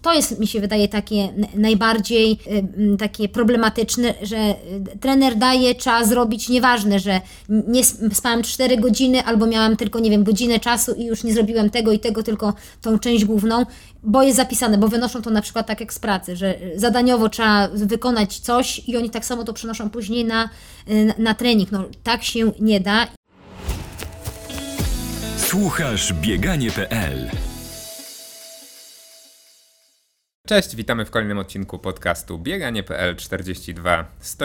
to jest, mi się wydaje, takie najbardziej takie problematyczne, że trener daje, trzeba zrobić, nieważne, że nie spałem 4 godziny albo miałam tylko, nie wiem, godzinę czasu i już nie zrobiłem tego i tego, tylko tą część główną, bo jest zapisane, bo wynoszą to na przykład tak jak z pracy, że zadaniowo trzeba wykonać coś i oni tak samo to przenoszą później na trening. No tak się nie da. Słuchasz bieganie.pl. Cześć, witamy w kolejnym odcinku podcastu bieganie.pl 42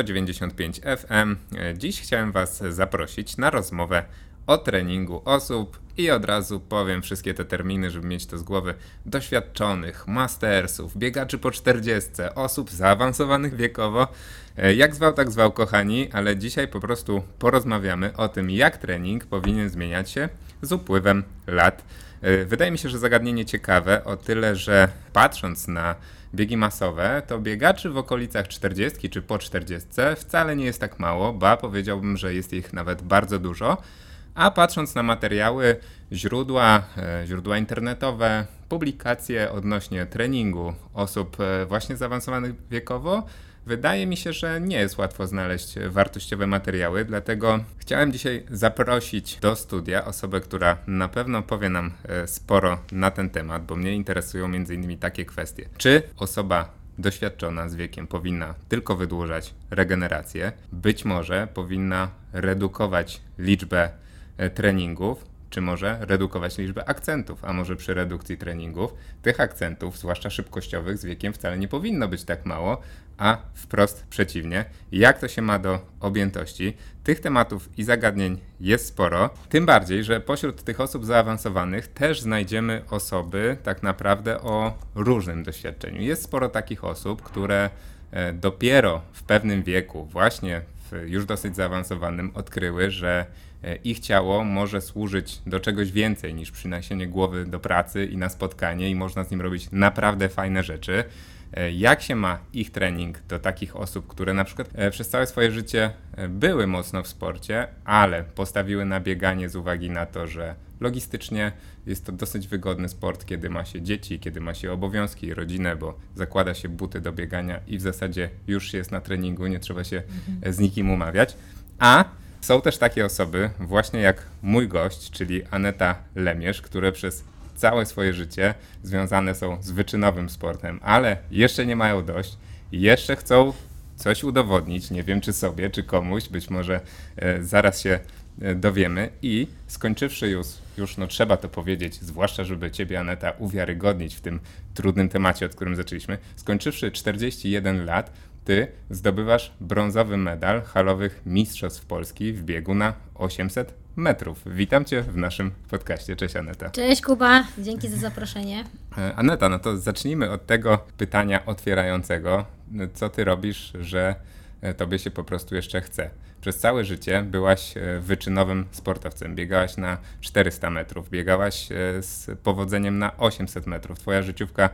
195 FM. Dziś chciałem Was zaprosić na rozmowę o treningu osób i od razu powiem wszystkie te terminy, żeby mieć to z głowy: doświadczonych, mastersów, biegaczy po 40, osób zaawansowanych wiekowo. Jak zwał, tak zwał, kochani, ale dzisiaj po prostu porozmawiamy o tym, jak trening powinien zmieniać się z upływem lat. Wydaje mi się, że zagadnienie ciekawe o tyle, że patrząc na biegi masowe, to biegaczy w okolicach 40 czy po 40 wcale nie jest tak mało, ba powiedziałbym, że jest ich nawet bardzo dużo. A patrząc na materiały, źródła internetowe, publikacje odnośnie treningu osób właśnie zaawansowanych wiekowo, wydaje mi się, że nie jest łatwo znaleźć wartościowe materiały, dlatego chciałem dzisiaj zaprosić do studia osobę, która na pewno powie nam sporo na ten temat, bo mnie interesują m.in. takie kwestie. Czy osoba doświadczona z wiekiem powinna tylko wydłużać regenerację? Być może powinna redukować liczbę treningów, czy może redukować liczbę akcentów, a może przy redukcji treningów tych akcentów, zwłaszcza szybkościowych, z wiekiem wcale nie powinno być tak mało, a wprost przeciwnie. Jak to się ma do objętości? Tych tematów i zagadnień jest sporo, tym bardziej, że pośród tych osób zaawansowanych też znajdziemy osoby tak naprawdę o różnym doświadczeniu. Jest sporo takich osób, które dopiero w pewnym wieku, właśnie w już dosyć zaawansowanym, odkryły, że ich ciało może służyć do czegoś więcej niż przynosienie głowy do pracy i na spotkanie i można z nim robić naprawdę fajne rzeczy. Jak się ma ich trening do takich osób, które na przykład przez całe swoje życie były mocno w sporcie, ale postawiły na bieganie z uwagi na to, że logistycznie jest to dosyć wygodny sport, kiedy ma się dzieci, kiedy ma się obowiązki i rodzinę, bo zakłada się buty do biegania i w zasadzie już się jest na treningu, nie trzeba się z nikim umawiać. A są też takie osoby, właśnie jak mój gość, czyli Aneta Lemierz, które przez całe swoje życie związane są z wyczynowym sportem, ale jeszcze nie mają dość, jeszcze chcą coś udowodnić, nie wiem czy sobie, czy komuś, być może zaraz się dowiemy i skończywszy już trzeba to powiedzieć, zwłaszcza żeby Ciebie, Aneta, uwiarygodnić w tym trudnym temacie, od którym zaczęliśmy, skończywszy 41 lat, Ty zdobywasz brązowy medal halowych mistrzostw Polski w biegu na 800 metrów. Witam Cię w naszym podcaście. Cześć, Aneta. Cześć, Kuba. Dzięki za zaproszenie. Aneta, no to zacznijmy od tego pytania otwierającego. Co Ty robisz, że Tobie się po prostu jeszcze chce? Przez całe życie byłaś wyczynowym sportowcem. Biegałaś na 400 metrów, biegałaś z powodzeniem na 800 metrów. Twoja życiówka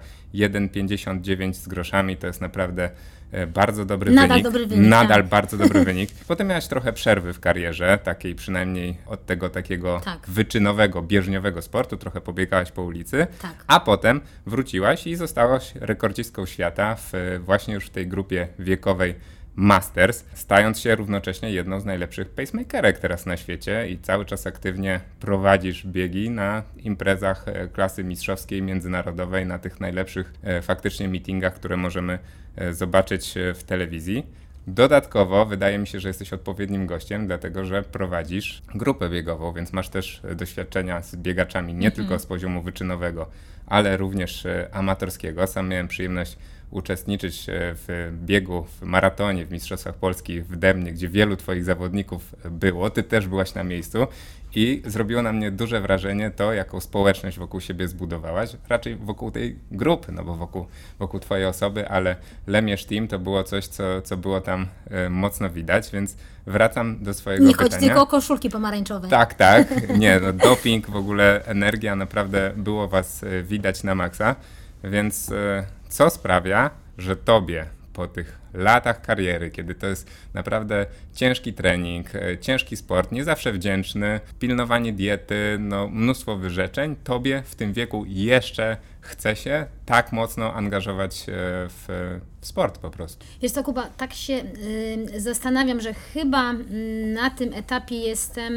1,59 z groszami to jest naprawdę bardzo dobry wynik. Dobry wynik. Nadal bardzo dobry wynik. Potem miałaś trochę przerwy w karierze, takiej przynajmniej od tego takiego wyczynowego, bieżniowego sportu. Trochę pobiegałaś po ulicy, a potem wróciłaś i zostałaś rekordzistką świata właśnie już w tej grupie wiekowej Masters, stając się równocześnie jedną z najlepszych pacemakerek teraz na świecie i cały czas aktywnie prowadzisz biegi na imprezach klasy mistrzowskiej, międzynarodowej, na tych najlepszych faktycznie meetingach, które możemy zobaczyć w telewizji. Dodatkowo wydaje mi się, że jesteś odpowiednim gościem, dlatego że prowadzisz grupę biegową, więc masz też doświadczenia z biegaczami nie tylko z poziomu wyczynowego, ale również amatorskiego. Sam miałem przyjemność uczestniczyć w biegu, w maratonie, w Mistrzostwach Polski w Dębnie, gdzie wielu Twoich zawodników było. Ty też byłaś na miejscu i zrobiło na mnie duże wrażenie to, jaką społeczność wokół siebie zbudowałaś. Raczej wokół tej grupy, no bo wokół Twojej osoby, ale Lemierz Team to było coś, co było tam mocno widać, więc wracam do swojego pytania. Nie chodzi tylko o koszulki pomarańczowe. Tak. Nie, no doping, w ogóle energia, naprawdę było Was widać na maksa, więc co sprawia, że Tobie po tych latach kariery, kiedy to jest naprawdę ciężki trening, ciężki sport, nie zawsze wdzięczny, pilnowanie diety, no mnóstwo wyrzeczeń, tobie w tym wieku jeszcze chce się tak mocno angażować w sport po prostu. Wiesz co, Kuba, tak się zastanawiam, że chyba na tym etapie jestem,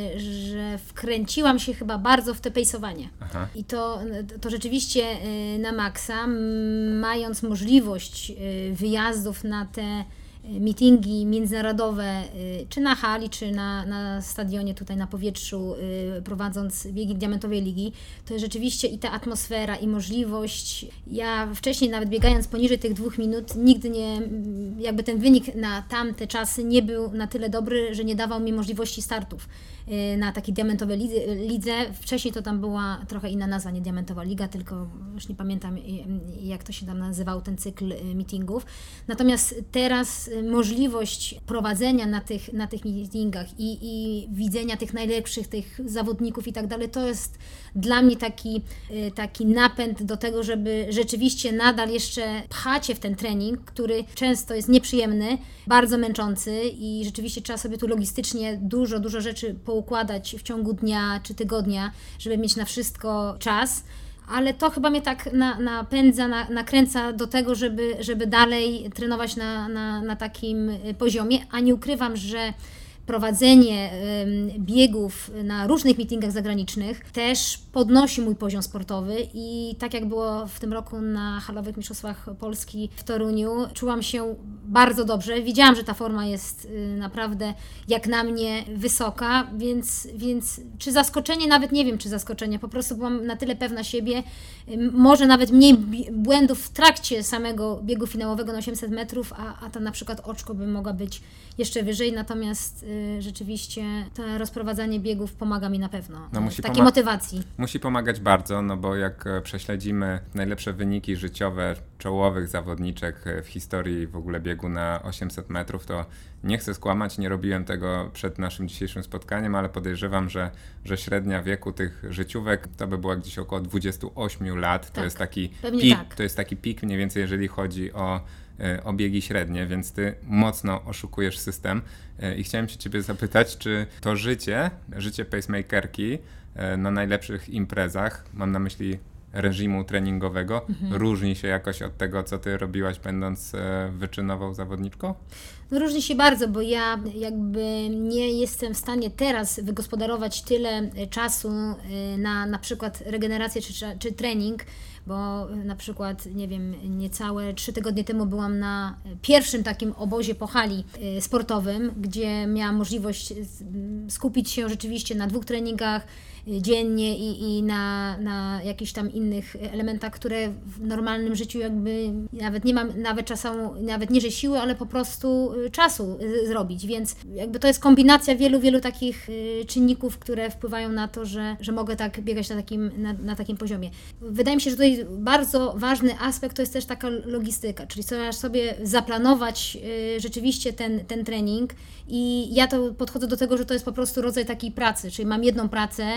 że wkręciłam się chyba bardzo w te pejsowanie. Aha. I to rzeczywiście na maksa, mając możliwość wyjazdów na te meetingi międzynarodowe, czy na hali, czy na stadionie tutaj na powietrzu, prowadząc biegi Diamentowej Ligi, to rzeczywiście i ta atmosfera, i możliwość. Ja wcześniej nawet biegając poniżej tych 2 minut, nigdy nie, jakby ten wynik na tamte czasy nie był na tyle dobry, że nie dawał mi możliwości startów na takiej Diamentowej Lidze. Wcześniej to tam była trochę inna nazwa, nie Diamentowa Liga, tylko już nie pamiętam, jak to się tam nazywał, ten cykl meetingów. Natomiast teraz możliwość prowadzenia na tych meetingach i widzenia tych najlepszych, tych zawodników i tak dalej, to jest dla mnie taki napęd do tego, żeby rzeczywiście nadal jeszcze pchać się w ten trening, który często jest nieprzyjemny, bardzo męczący i rzeczywiście trzeba sobie tu logistycznie dużo rzeczy poukładać w ciągu dnia czy tygodnia, żeby mieć na wszystko czas. Ale to chyba mnie tak napędza, nakręca do tego, żeby dalej trenować na takim poziomie, a nie ukrywam, że prowadzenie biegów na różnych meetingach zagranicznych też podnosi mój poziom sportowy i tak jak było w tym roku na halowych mistrzostwach Polski w Toruniu, czułam się bardzo dobrze. Wiedziałam, że ta forma jest naprawdę jak na mnie wysoka, więc czy zaskoczenie? Nawet nie wiem, czy zaskoczenie. Po prostu byłam na tyle pewna siebie, może nawet mniej błędów w trakcie samego biegu finałowego na 800 metrów, a tam na przykład oczko by mogła być jeszcze wyżej, natomiast rzeczywiście to rozprowadzanie biegów pomaga mi na pewno w takiej motywacji. Musi pomagać bardzo, no bo jak prześledzimy najlepsze wyniki życiowe czołowych zawodniczek w historii w ogóle biegu na 800 metrów, to nie chcę skłamać, nie robiłem tego przed naszym dzisiejszym spotkaniem, ale podejrzewam, że średnia wieku tych życiówek to by była gdzieś około 28 lat. To jest taki pik, to jest taki pik mniej więcej, jeżeli chodzi o biegi średnie, więc ty mocno oszukujesz system i chciałem się ciebie zapytać, czy to życie pacemakerki na najlepszych imprezach, mam na myśli reżimu treningowego, różni się jakoś od tego, co ty robiłaś, będąc wyczynową zawodniczką? No różni się bardzo, bo ja jakby nie jestem w stanie teraz wygospodarować tyle czasu na przykład regenerację czy trening, bo na przykład, nie wiem, niecałe 3 tygodnie temu byłam na pierwszym takim obozie po hali sportowym, gdzie miałam możliwość skupić się rzeczywiście na 2 treningach dziennie i na jakichś tam innych elementach, które w normalnym życiu jakby nawet nie mam nawet nie że siły, ale po prostu czasu zrobić, więc jakby to jest kombinacja wielu takich czynników, które wpływają na to, że mogę tak biegać na takim poziomie. Wydaje mi się, że tutaj bardzo ważny aspekt to jest też taka logistyka, czyli trzeba sobie zaplanować rzeczywiście ten trening i ja to podchodzę do tego, że to jest po prostu rodzaj takiej pracy, czyli mam jedną pracę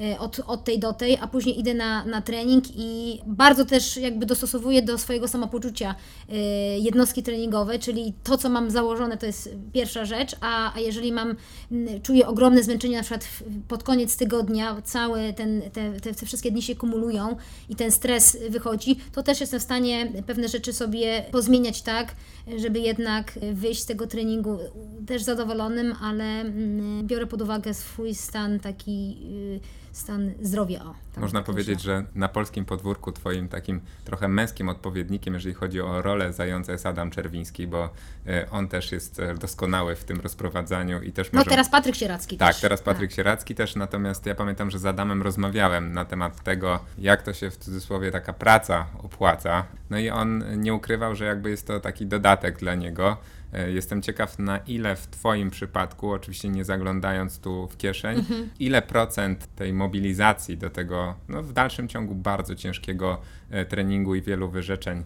od tej do tej, a później idę na trening i bardzo też jakby dostosowuję do swojego samopoczucia jednostki treningowe, czyli to, co mam założone, to jest pierwsza rzecz, a jeżeli czuję ogromne zmęczenie na przykład pod koniec tygodnia, całe te wszystkie dni się kumulują i ten stres wychodzi, to też jestem w stanie pewne rzeczy sobie pozmieniać tak, żeby jednak wyjść z tego treningu też zadowolonym, ale biorę pod uwagę swój stan stan zdrowia. Można powiedzieć, że na polskim podwórku twoim takim trochę męskim odpowiednikiem, jeżeli chodzi o rolę zająca, jest Adam Czerwiński, bo on też jest doskonały w tym rozprowadzaniu i też teraz Patryk Sieracki tak, też. Teraz Patryk Sieracki też, natomiast ja pamiętam, że z Adamem rozmawiałem na temat tego, jak to się w cudzysłowie taka praca opłaca. No i on nie ukrywał, że jakby jest to taki dodatek dla niego. Jestem ciekaw, na ile w twoim przypadku, oczywiście nie zaglądając tu w kieszeń, ile procent tej mobilizacji do tego, no w dalszym ciągu bardzo ciężkiego treningu i wielu wyrzeczeń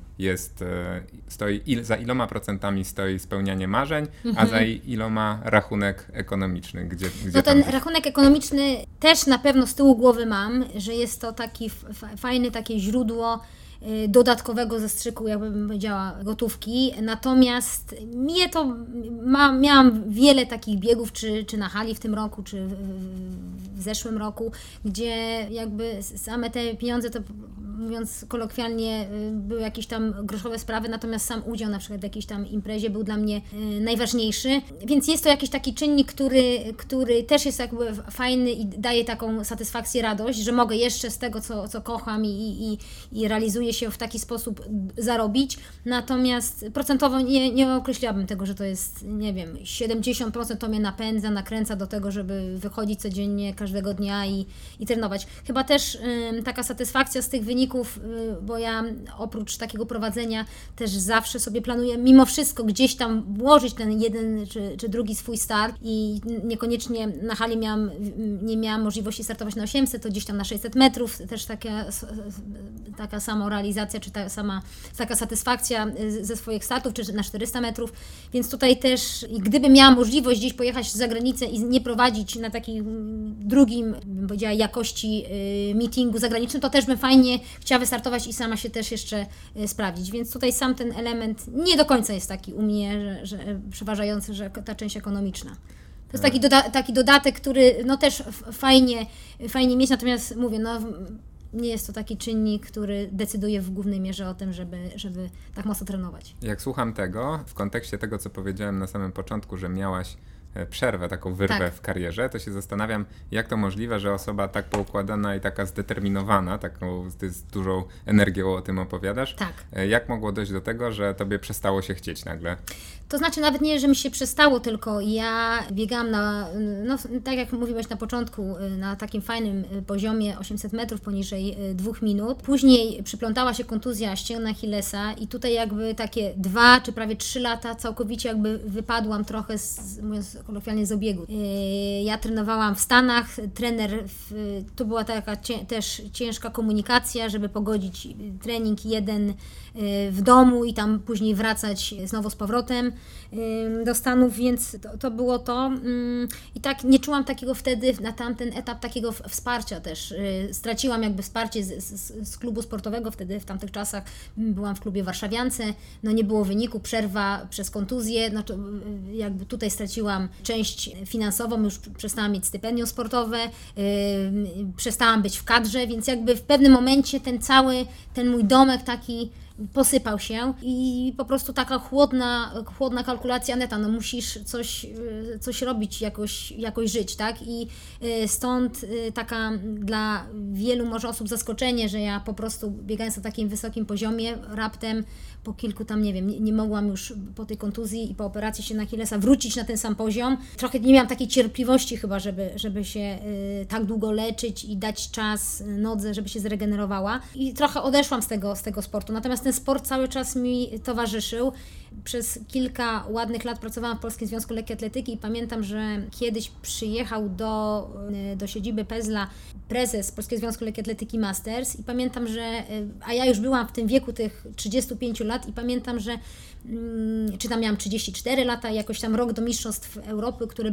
za iloma procentami stoi spełnianie marzeń, a za iloma rachunek ekonomiczny, gdzie ten rachunek ekonomiczny też na pewno z tyłu głowy mam, że jest to taki fajne takie źródło dodatkowego zastrzyku, jakbym powiedziała, gotówki. Natomiast mnie to, miałam wiele takich biegów, czy na hali w tym roku, czy w zeszłym roku, gdzie jakby same te pieniądze to, mówiąc kolokwialnie, były jakieś tam groszowe sprawy, natomiast sam udział na przykład w jakiejś tam imprezie był dla mnie najważniejszy. Więc jest to jakiś taki czynnik, który też jest jakby fajny i daje taką satysfakcję, radość, że mogę jeszcze z tego, co kocham i realizuję się w taki sposób zarobić. Natomiast procentowo nie określiłabym tego, że to jest, nie wiem, 70% to mnie napędza, nakręca do tego, żeby wychodzić codziennie, każdego dnia i trenować. Chyba też taka satysfakcja z tych wyników, bo ja oprócz takiego prowadzenia też zawsze sobie planuję mimo wszystko gdzieś tam włożyć ten jeden czy drugi swój start i niekoniecznie na hali nie miałam możliwości startować na 800, to gdzieś tam na 600 metrów, też taka samorealizacja, czy taka satysfakcja ze swoich startów, czy na 400 metrów, więc tutaj też, gdybym miała możliwość gdzieś pojechać za granicę i nie prowadzić na takim drugim, bym powiedziała, jakości meetingu zagranicznym, to też bym fajnie chciała wystartować i sama się też jeszcze sprawdzić, więc tutaj sam ten element nie do końca jest taki u mnie, że przeważający, że ta część ekonomiczna. To jest taki dodatek, który no też fajnie mieć, natomiast mówię, no nie jest to taki czynnik, który decyduje w głównej mierze o tym, żeby tak mocno trenować. Jak słucham tego, w kontekście tego, co powiedziałem na samym początku, że miałaś przerwę, taką wyrwę w karierze, to się zastanawiam, jak to możliwe, że osoba tak poukładana i taka zdeterminowana, ty z dużą energią o tym opowiadasz, jak mogło dojść do tego, że tobie przestało się chcieć nagle? To znaczy nawet nie, że mi się przestało, tylko ja biegałam tak jak mówiłeś na początku, na takim fajnym poziomie 800 metrów poniżej 2 minut. Później przyplątała się kontuzja ścięgna Achillesa i tutaj jakby takie 2 czy prawie 3 lata całkowicie jakby wypadłam trochę, mówiąc kolokwialnie, z obiegu. Ja trenowałam w Stanach, to była taka też ciężka komunikacja, żeby pogodzić trening jeden w domu i tam później wracać znowu z powrotem do Stanów, więc to było to. I tak nie czułam takiego wtedy, na tamten etap, takiego wsparcia też. Straciłam jakby wsparcie z klubu sportowego, wtedy w tamtych czasach byłam w klubie Warszawiance, no nie było wyniku, przerwa przez kontuzję, no to jakby tutaj straciłam część finansową, już przestałam mieć stypendium sportowe, przestałam być w kadrze, więc jakby w pewnym momencie ten mój domek taki posypał się i po prostu taka chłodna kalkulacja neta, no musisz coś robić, jakoś żyć, tak? I stąd taka dla wielu może osób zaskoczenie, że ja po prostu biegając na takim wysokim poziomie, raptem po kilku tam, nie wiem, nie mogłam już po tej kontuzji i po operacji się na Achillesa wrócić na ten sam poziom. Trochę nie miałam takiej cierpliwości chyba, żeby się tak długo leczyć i dać czas nodze, żeby się zregenerowała. I trochę odeszłam z tego sportu. Natomiast ten sport cały czas mi towarzyszył. Przez kilka ładnych lat pracowałam w Polskim Związku Lekkiej Atletyki i pamiętam, że kiedyś przyjechał do siedziby PEZL-a prezes Polskiego Związku Lekkiej Atletyki Masters i pamiętam, a ja już byłam w tym wieku tych 35 lat i pamiętam, że czy tam miałam 34 lata, jakoś tam rok do Mistrzostw Europy, które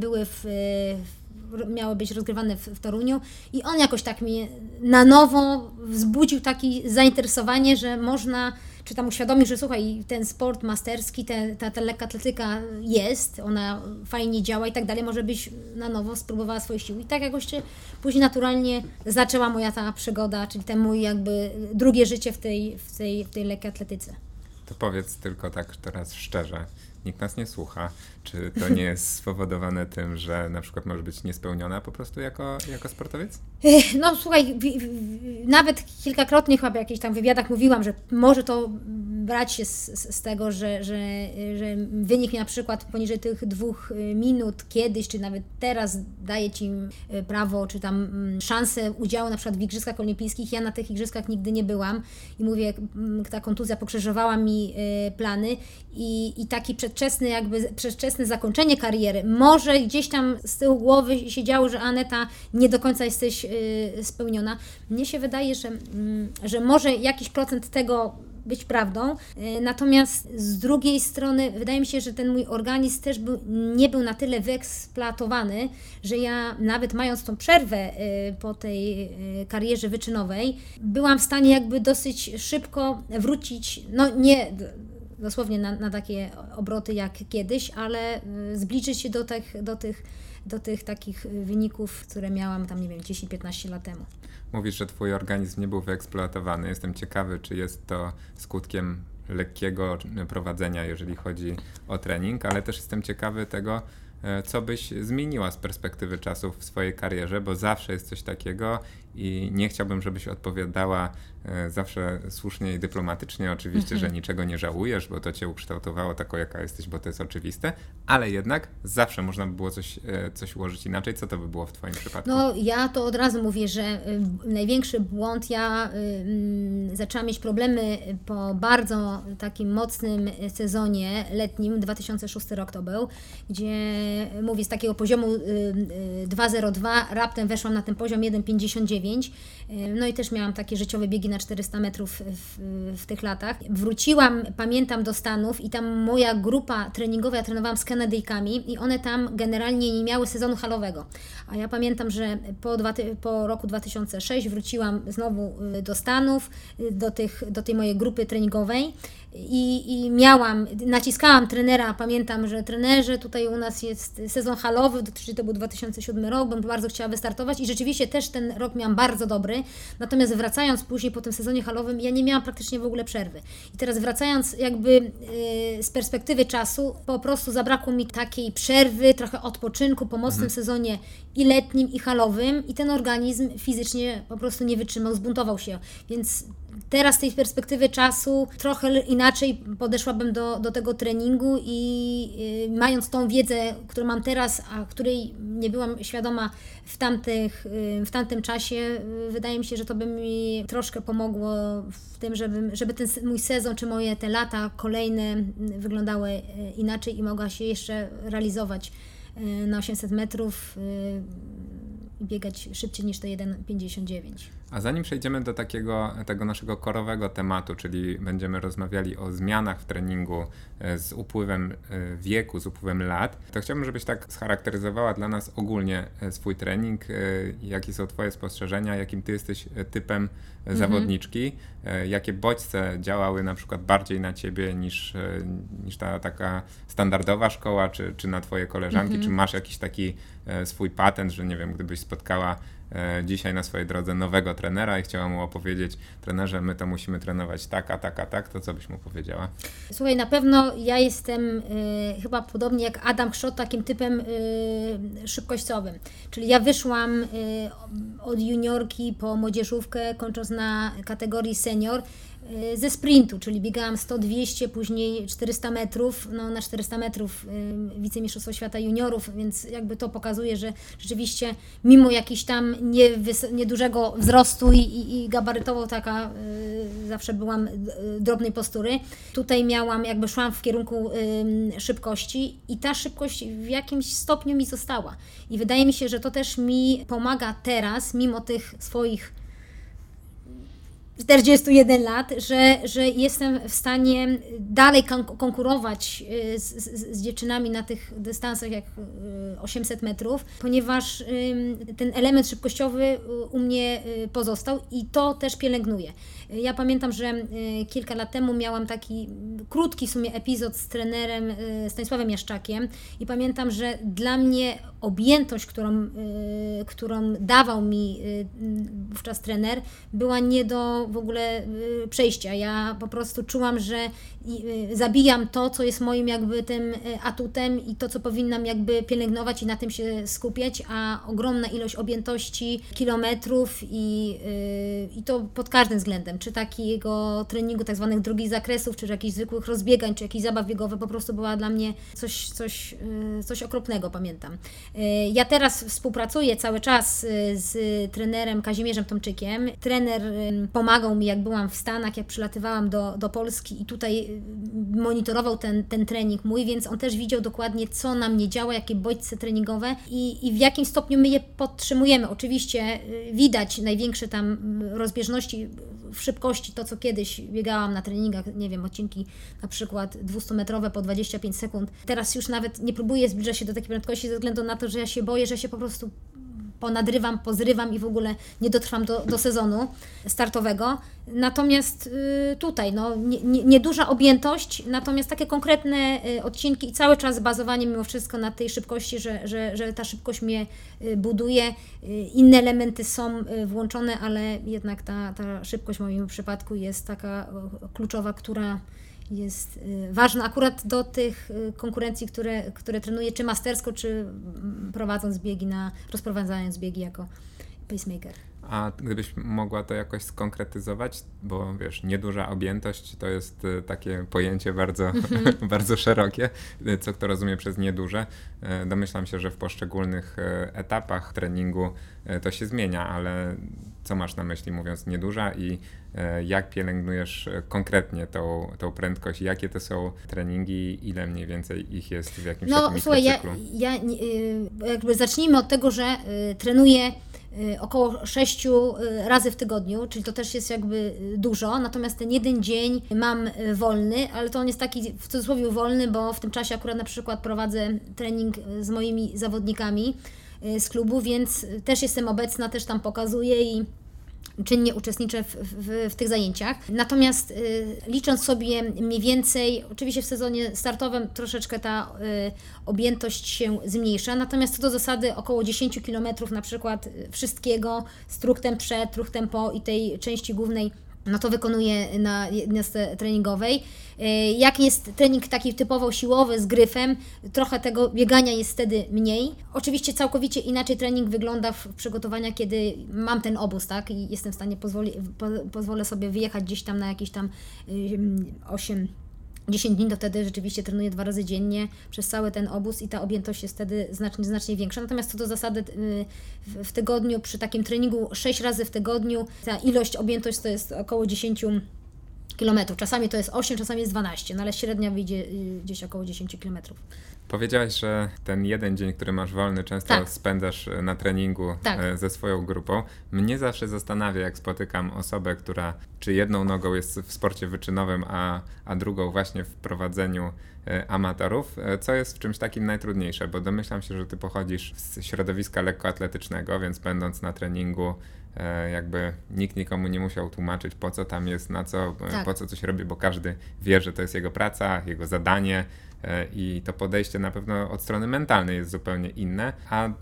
miały być rozgrywane w Toruniu i on jakoś tak mnie na nowo wzbudził takie zainteresowanie, że można, czy tam uświadomił, że słuchaj, ten sport masterski, ta lekka atletyka jest, ona fajnie działa i tak dalej, może byś na nowo spróbowała swoje siły. I tak jakoś później naturalnie zaczęła moja ta przygoda, czyli ten mój jakby drugie życie w tej lekkiej atletyce. To powiedz tylko tak teraz szczerze, nikt nas nie słucha. Czy to nie jest spowodowane tym, że na przykład może być niespełniona po prostu jako sportowiec? No słuchaj, nawet kilkakrotnie chyba w jakichś tam wywiadach mówiłam, że może to brać się z tego, że wynik na przykład poniżej tych 2 minut kiedyś, czy nawet teraz daje Ci prawo, czy tam szansę udziału na przykład w Igrzyskach Olimpijskich. Ja na tych Igrzyskach nigdy nie byłam i mówię, ta kontuzja pokrzyżowała mi plany i taki przedwczesne zakończenie kariery. Może gdzieś tam z tyłu głowy siedziało, że Aneta, nie do końca jesteś spełniona. Mnie się wydaje, że może jakiś procent tego być prawdą. Natomiast z drugiej strony wydaje mi się, że ten mój organizm też nie był na tyle wyeksploatowany, że ja nawet mając tą przerwę po tej karierze wyczynowej, byłam w stanie jakby dosyć szybko wrócić, no nie dosłownie na takie obroty jak kiedyś, ale zbliżyć się do tych takich wyników, które miałam tam, nie wiem, 10-15 lat temu. Mówisz, że twój organizm nie był wyeksploatowany. Jestem ciekawy, czy jest to skutkiem lekkiego prowadzenia, jeżeli chodzi o trening, ale też jestem ciekawy tego, co byś zmieniła z perspektywy czasu w swojej karierze, bo zawsze jest coś takiego i nie chciałbym, żebyś odpowiadała zawsze słusznie i dyplomatycznie, oczywiście, że niczego nie żałujesz, bo to cię ukształtowało taką, jaka jesteś, bo to jest oczywiste, ale jednak zawsze można by było coś ułożyć inaczej. Co to by było w twoim przypadku? No ja to od razu mówię, że największy błąd, ja zaczęłam mieć problemy po bardzo takim mocnym sezonie letnim, 2006 rok to był, gdzie mówię z takiego poziomu 2,02 raptem weszłam na ten poziom 1,59, no i też miałam takie życiowe biegi na 400 metrów w tych latach. Wróciłam, pamiętam, do Stanów i tam moja grupa treningowa, ja trenowałam z Kanadyjkami i one tam generalnie nie miały sezonu halowego. A ja pamiętam, że po roku 2006 wróciłam znowu do Stanów, do tej mojej grupy treningowej i naciskałam trenera, pamiętam, że trenerze, tutaj u nas jest sezon halowy, czyli to był 2007 rok, bym bardzo chciała wystartować i rzeczywiście też ten rok miałam bardzo dobry, natomiast wracając później po tym sezonie halowym, ja nie miałam praktycznie w ogóle przerwy. I teraz wracając jakby z perspektywy czasu, po prostu zabrakło mi takiej przerwy, trochę odpoczynku po mocnym sezonie i letnim, i halowym i ten organizm fizycznie po prostu nie wytrzymał, zbuntował się, więc teraz z tej perspektywy czasu trochę inaczej podeszłabym do tego treningu i mając tą wiedzę, którą mam teraz, a której nie byłam świadoma w tamtym czasie, wydaje mi się, że to by mi troszkę pomogło w tym, żeby ten mój sezon, czy moje te lata kolejne wyglądały inaczej i mogła się jeszcze realizować na 800 metrów i biegać szybciej niż to 1,59. A zanim przejdziemy do tego naszego korowego tematu, czyli będziemy rozmawiali o zmianach w treningu z upływem wieku, z upływem lat, to chciałbym, żebyś tak scharakteryzowała dla nas ogólnie swój trening, jakie są twoje spostrzeżenia, jakim ty jesteś typem zawodniczki, jakie bodźce działały na przykład bardziej na ciebie niż ta taka standardowa szkoła, czy na twoje koleżanki, czy masz jakiś taki swój patent, że nie wiem, gdybyś spotkała dzisiaj na swojej drodze nowego trenera i chciała mu opowiedzieć: trenerze, my to musimy trenować tak, to co byś mu powiedziała? Słuchaj, na pewno ja jestem chyba podobnie jak Adam Chrzot, takim typem szybkościowym. Czyli ja wyszłam od juniorki po młodzieżówkę, kończąc na kategorii senior, ze sprintu, czyli biegałam 100-200, później 400 metrów, no na 400 metrów wicemistrzostwo świata juniorów, więc jakby to pokazuje, że rzeczywiście mimo jakiś tam niedużego wzrostu i gabarytowo taka zawsze byłam drobnej postury, tutaj szłam w kierunku szybkości i ta szybkość w jakimś stopniu mi została. I wydaje mi się, że to też mi pomaga teraz, mimo tych swoich 41 lat, że jestem w stanie dalej konkurować z dziewczynami na tych dystansach jak 800 metrów, ponieważ ten element szybkościowy u mnie pozostał i to też pielęgnuję. Ja pamiętam, że kilka lat temu miałam taki krótki w sumie epizod z trenerem Stanisławem Jaszczakiem i pamiętam, że dla mnie objętość, którą dawał mi wówczas trener, była nie do w ogóle przejścia. Ja po prostu czułam, że zabijam to, co jest moim jakby tym atutem i to, co powinnam jakby pielęgnować i na tym się skupiać, a ogromna ilość objętości, kilometrów i to pod każdym względem, czy takiego treningu tak zwanych drugich zakresów, czy jakichś zwykłych rozbiegań, czy jakichś zabaw biegowych, po prostu była dla mnie coś okropnego, pamiętam. Ja teraz współpracuję cały czas z trenerem Kazimierzem Tomczykiem. Trener pomaga pomagał mi, jak byłam w Stanach, jak przylatywałam do Polski i tutaj monitorował ten trening mój, więc on też widział dokładnie, co na mnie działa, jakie bodźce treningowe i w jakim stopniu my je podtrzymujemy. Oczywiście widać największe tam rozbieżności w szybkości, to co kiedyś biegałam na treningach, nie wiem, odcinki na przykład 200-metrowe po 25 sekund. Teraz już nawet nie próbuję zbliżać się do takiej prędkości ze względu na to, że ja się boję, że się po prostu ponadrywam, pozrywam i w ogóle nie dotrwam do sezonu startowego. Natomiast tutaj nieduża objętość, natomiast takie konkretne odcinki i cały czas bazowanie mimo wszystko na tej szybkości, że ta szybkość mnie buduje. Inne elementy są włączone, ale jednak ta szybkość w moim przypadku jest taka kluczowa, która jest ważna akurat do tych konkurencji, które trenuję, czy mastersko, czy rozprowadzając biegi jako pacemaker. A gdybyś mogła to jakoś skonkretyzować, bo wiesz, nieduża objętość to jest takie pojęcie bardzo, bardzo szerokie, co kto rozumie przez nieduże. Domyślam się, że w poszczególnych etapach treningu to się zmienia, ale co masz na myśli mówiąc nieduża i jak pielęgnujesz konkretnie tą prędkość, jakie to są treningi, ile mniej więcej ich jest w jakimś takim mikrocyklu? Jakby zacznijmy od tego, że trenuję około 6 razy w tygodniu, czyli to też jest jakby dużo, natomiast ten jeden dzień mam wolny, ale to on jest taki w cudzysłowie wolny, bo w tym czasie akurat na przykład prowadzę trening z moimi zawodnikami z klubu, więc też jestem obecna, też tam pokazuję i czynnie uczestniczę w tych zajęciach. Natomiast licząc sobie mniej więcej, oczywiście w sezonie startowym troszeczkę ta objętość się zmniejsza, natomiast co do zasady około 10 km na przykład wszystkiego z truchtem przed, truchtem po i tej części głównej to wykonuję na jednostce treningowej. Jak jest trening taki typowo siłowy z gryfem, trochę tego biegania jest wtedy mniej. Oczywiście całkowicie inaczej trening wygląda w przygotowaniach, kiedy mam ten obóz, tak? I jestem w stanie, pozwolę sobie wyjechać gdzieś tam na jakieś tam 10 dni, to wtedy rzeczywiście trenuję 2 razy dziennie przez cały ten obóz i ta objętość jest wtedy znacznie większa. Natomiast co do zasady w tygodniu, przy takim treningu 6 razy w tygodniu, ta objętość to jest około 10 km. Czasami to jest 8, czasami jest 12, ale średnia wyjdzie gdzieś około 10 km. Powiedziałaś, że ten jeden dzień, który masz wolny, często spędzasz na treningu ze swoją grupą. Mnie zawsze zastanawia, jak spotykam osobę, która czy jedną nogą jest w sporcie wyczynowym, a drugą właśnie w prowadzeniu amatorów, co jest w czymś takim najtrudniejsze, bo domyślam się, że ty pochodzisz z środowiska lekkoatletycznego, więc będąc na treningu jakby nikt nikomu nie musiał tłumaczyć, po co tam jest, na co, po co coś robi, bo każdy wie, że to jest jego praca, jego zadanie i to podejście na pewno od strony mentalnej jest zupełnie inne, a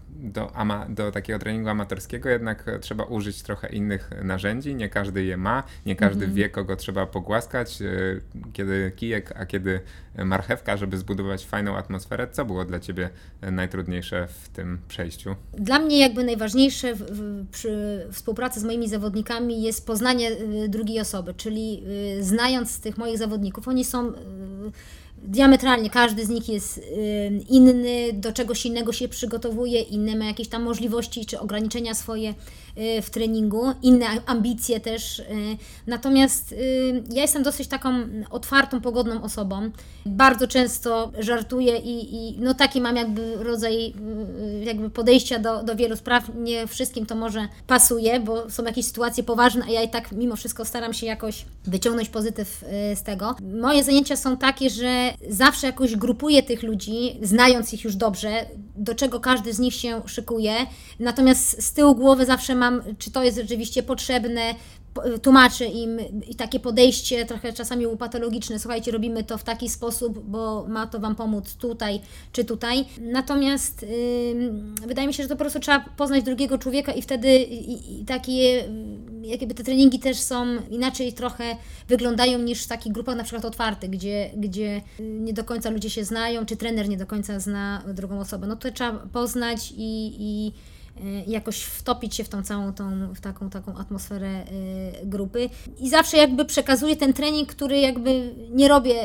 do takiego treningu amatorskiego jednak trzeba użyć trochę innych narzędzi, nie każdy je ma, nie każdy wie, kogo trzeba pogłaskać, kiedy kijek, a kiedy marchewka, żeby zbudować fajną atmosferę. Co było dla Ciebie najtrudniejsze w tym przejściu? Dla mnie jakby najważniejsze przy współpracy z moimi zawodnikami jest poznanie drugiej osoby, czyli znając tych moich zawodników, oni są diametralnie, każdy z nich jest inny, do czegoś innego się przygotowuje, inne ma jakieś tam możliwości czy ograniczenia swoje w treningu, inne ambicje też. Natomiast ja jestem dosyć taką otwartą, pogodną osobą. Bardzo często żartuję i taki mam jakby rodzaj jakby podejścia do wielu spraw. Nie wszystkim to może pasuje, bo są jakieś sytuacje poważne, a ja i tak mimo wszystko staram się jakoś wyciągnąć pozytyw z tego. Moje zajęcia są takie, że zawsze jakoś grupuję tych ludzi, znając ich już dobrze, do czego każdy z nich się szykuje. Natomiast z tyłu głowy zawsze mam, czy to jest rzeczywiście potrzebne, tłumaczę im i takie podejście trochę czasami upatologiczne, słuchajcie, robimy to w taki sposób, bo ma to Wam pomóc tutaj czy tutaj. Natomiast wydaje mi się, że to po prostu trzeba poznać drugiego człowieka i wtedy takie jakby te treningi też są inaczej trochę wyglądają niż w takich grupach na przykład otwartych, gdzie nie do końca ludzie się znają, czy trener nie do końca zna drugą osobę. No to trzeba poznać i jakoś wtopić się w tą całą w taką atmosferę grupy. I zawsze jakby przekazuję ten trening, który jakby nie robię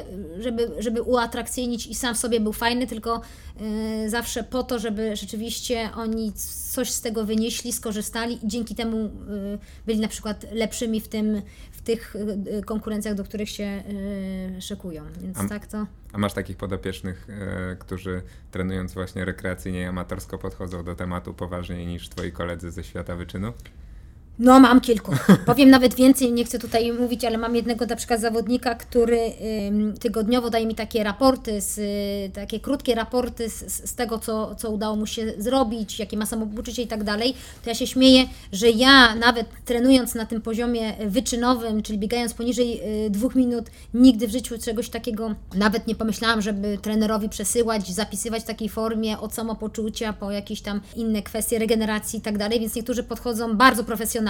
żeby uatrakcyjnić i sam w sobie był fajny, tylko zawsze po to, żeby rzeczywiście oni coś z tego wynieśli, skorzystali i dzięki temu byli na przykład lepszymi w tych konkurencjach, do których się szykują. Więc tak to... A masz takich podopiecznych, którzy trenując właśnie rekreacyjnie i amatorsko podchodzą do tematu poważniej niż twoi koledzy ze świata wyczynu? No, mam kilku. Powiem nawet więcej, nie chcę tutaj mówić, ale mam jednego na przykład zawodnika, który tygodniowo daje mi takie raporty, takie krótkie raporty z tego, co udało mu się zrobić, jakie ma samopoczucie i tak dalej. To ja się śmieję, że ja nawet trenując na tym poziomie wyczynowym, czyli biegając poniżej 2 minut, nigdy w życiu czegoś takiego nawet nie pomyślałam, żeby trenerowi przesyłać, zapisywać w takiej formie od samopoczucia po jakieś tam inne kwestie regeneracji i tak dalej, więc niektórzy podchodzą bardzo profesjonalnie.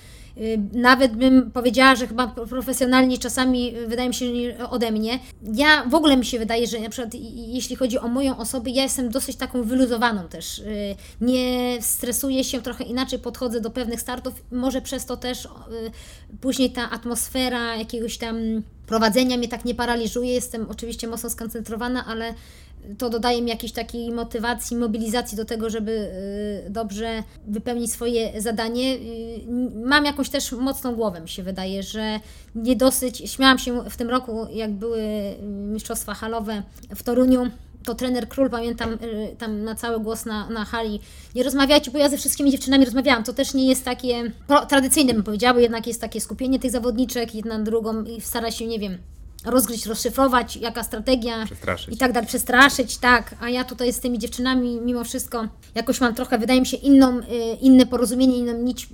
Nawet bym powiedziała, że chyba profesjonalnie czasami wydaje mi się ode mnie. Ja w ogóle mi się wydaje, że na przykład jeśli chodzi o moją osobę, ja jestem dosyć taką wyluzowaną też. Nie stresuję się, trochę inaczej podchodzę do pewnych startów. Może przez to też później ta atmosfera jakiegoś tam prowadzenia mnie tak nie paraliżuje. Jestem oczywiście mocno skoncentrowana, ale to dodaje mi jakiejś takiej motywacji, mobilizacji do tego, żeby dobrze wypełnić swoje zadanie. Mam jakąś też mocną głowę, mi się wydaje, że nie dosyć, śmiałam się w tym roku, jak były mistrzostwa halowe w Toruniu, to trener Król, pamiętam, tam na cały głos na hali, nie rozmawiajcie, bo ja ze wszystkimi dziewczynami rozmawiałam, to też nie jest takie tradycyjne, bym powiedziała, bo jednak jest takie skupienie tych zawodniczek, jedna na drugą i stara się, nie wiem, rozgryźć, rozszyfrować, jaka strategia i tak dalej, przestraszyć, tak, a ja tutaj z tymi dziewczynami mimo wszystko jakoś mam trochę, wydaje mi się, inne porozumienie, inną nić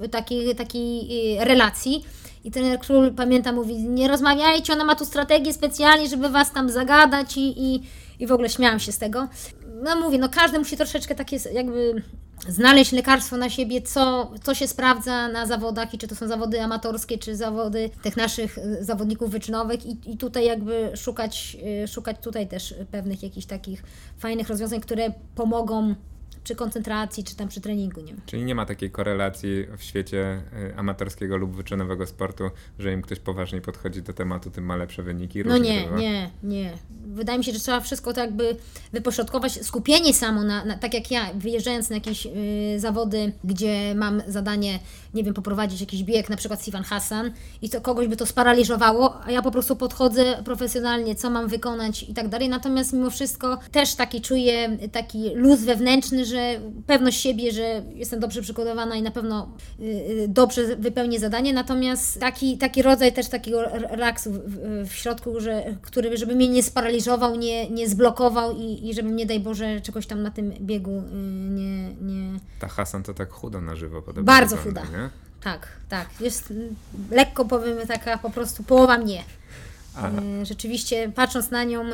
takiej relacji. I trener Król, pamiętam, mówi, nie rozmawiajcie, ona ma tu strategię specjalnie, żeby was tam zagadać i w ogóle śmiałam się z tego. No mówię, no każdy musi troszeczkę takie jakby znaleźć lekarstwo na siebie, co się sprawdza na zawodach i czy to są zawody amatorskie, czy zawody tych naszych zawodników wyczynowych i tutaj jakby szukać tutaj też pewnych jakichś takich fajnych rozwiązań, które pomogą przy koncentracji, czy tam przy treningu. Nie? Czyli nie ma takiej korelacji w świecie amatorskiego lub wyczynowego sportu, że im ktoś poważniej podchodzi do tematu, tym ma lepsze wyniki? No nie. Wydaje mi się, że trzeba wszystko tak jakby wypośrodkować. Skupienie samo tak jak ja, wyjeżdżając na jakieś zawody, gdzie mam zadanie, nie wiem, poprowadzić jakiś bieg, na przykład Sifan Hassan i to kogoś by to sparaliżowało, a ja po prostu podchodzę profesjonalnie, co mam wykonać i tak dalej. Natomiast mimo wszystko też czuję taki luz wewnętrzny, że pewność siebie, że jestem dobrze przygotowana i na pewno dobrze wypełnię zadanie, natomiast taki rodzaj też takiego relaksu w środku, który żeby mnie nie sparaliżował, nie zblokował i żeby, nie daj Boże, czegoś tam na tym biegu nie... Ta Hassan to tak chudo na żywo podobno. Bardzo chuda. Nie? Tak. Jest lekko, powiem, taka po prostu połowa mnie. Rzeczywiście, patrząc na nią...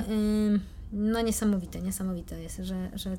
No niesamowite jest, że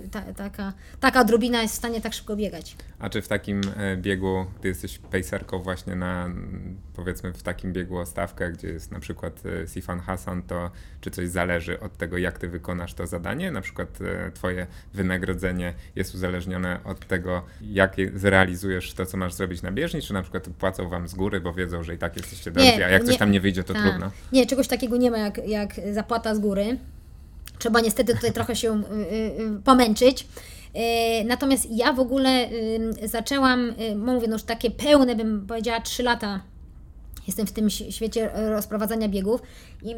taka odrobina jest w stanie tak szybko biegać. A czy w takim biegu, ty jesteś pacerką właśnie powiedzmy w takim biegu o stawkę, gdzie jest na przykład Sifan Hassan, to czy coś zależy od tego, jak ty wykonasz to zadanie? Na przykład twoje wynagrodzenie jest uzależnione od tego, jak zrealizujesz to, co masz zrobić na bieżni, czy na przykład płacą wam z góry, bo wiedzą, że i tak jesteście dobrzy, a jak coś tam nie wyjdzie, to trudno? Nie, czegoś takiego nie ma jak zapłata z góry. Trzeba niestety tutaj trochę się pomęczyć. Natomiast ja w ogóle zaczęłam, mówię, no już takie pełne, bym powiedziała, 3 lata jestem w tym świecie rozprowadzania biegów i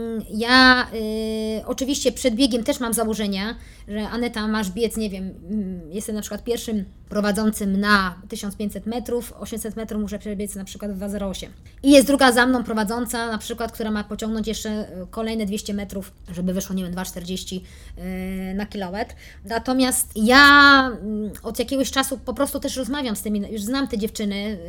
ja oczywiście przed biegiem też mam założenia, że Aneta, masz biec, nie wiem, jestem na przykład pierwszym prowadzącym na 1500 metrów, 800 metrów muszę przebiec na przykład w 2:08. I jest druga za mną prowadząca na przykład, która ma pociągnąć jeszcze kolejne 200 metrów, żeby wyszło, nie wiem, 2:40 na kilometr. Natomiast ja od jakiegoś czasu po prostu też rozmawiam z tymi, już znam te dziewczyny,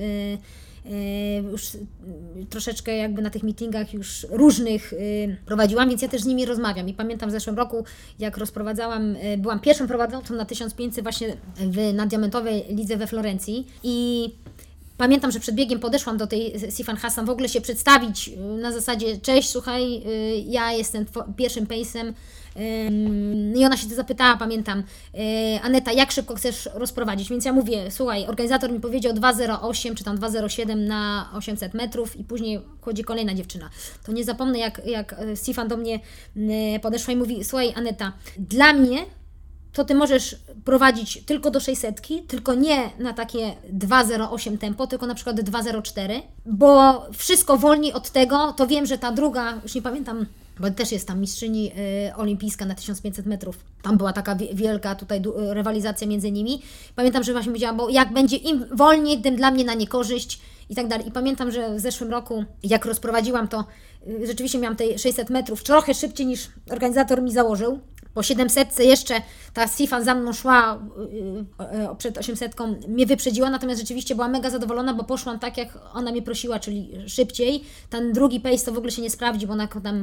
już troszeczkę jakby na tych meetingach już różnych prowadziłam, więc ja też z nimi rozmawiam i pamiętam w zeszłym roku, jak rozprowadzałam, byłam pierwszą prowadzącą na 1500 właśnie na diamentowej lidze we Florencji i Pamiętam, że przed biegiem podeszłam do tej Sifan Hassan w ogóle się przedstawić na zasadzie cześć, słuchaj, ja jestem pierwszym pace'em. I ona się zapytała, pamiętam, Aneta, jak szybko chcesz rozprowadzić? Więc ja mówię, słuchaj, organizator mi powiedział 2:08 czy tam 2:07 na 800 metrów i później chodzi kolejna dziewczyna. To nie zapomnę, jak Sifan do mnie podeszła i mówi, słuchaj Aneta, dla mnie to Ty możesz prowadzić tylko do 600, tylko nie na takie 2:08 tempo, tylko na przykład 2:04, bo wszystko wolniej od tego, to wiem, że ta druga, już nie pamiętam, bo też jest tam mistrzyni olimpijska na 1500 metrów. Tam była taka wielka tutaj rywalizacja między nimi. Pamiętam, że właśnie powiedziałam, bo jak będzie im wolniej, tym dla mnie na niekorzyść i tak dalej. I pamiętam, że w zeszłym roku, jak rozprowadziłam to, rzeczywiście miałam te 600 metrów trochę szybciej niż organizator mi założył. Po 700 jeszcze ta Sifan za mną szła, przed 800 mnie wyprzedziła, natomiast rzeczywiście była mega zadowolona, bo poszłam tak, jak ona mnie prosiła, czyli szybciej. Ten drugi pace to w ogóle się nie sprawdzi, bo ona tam,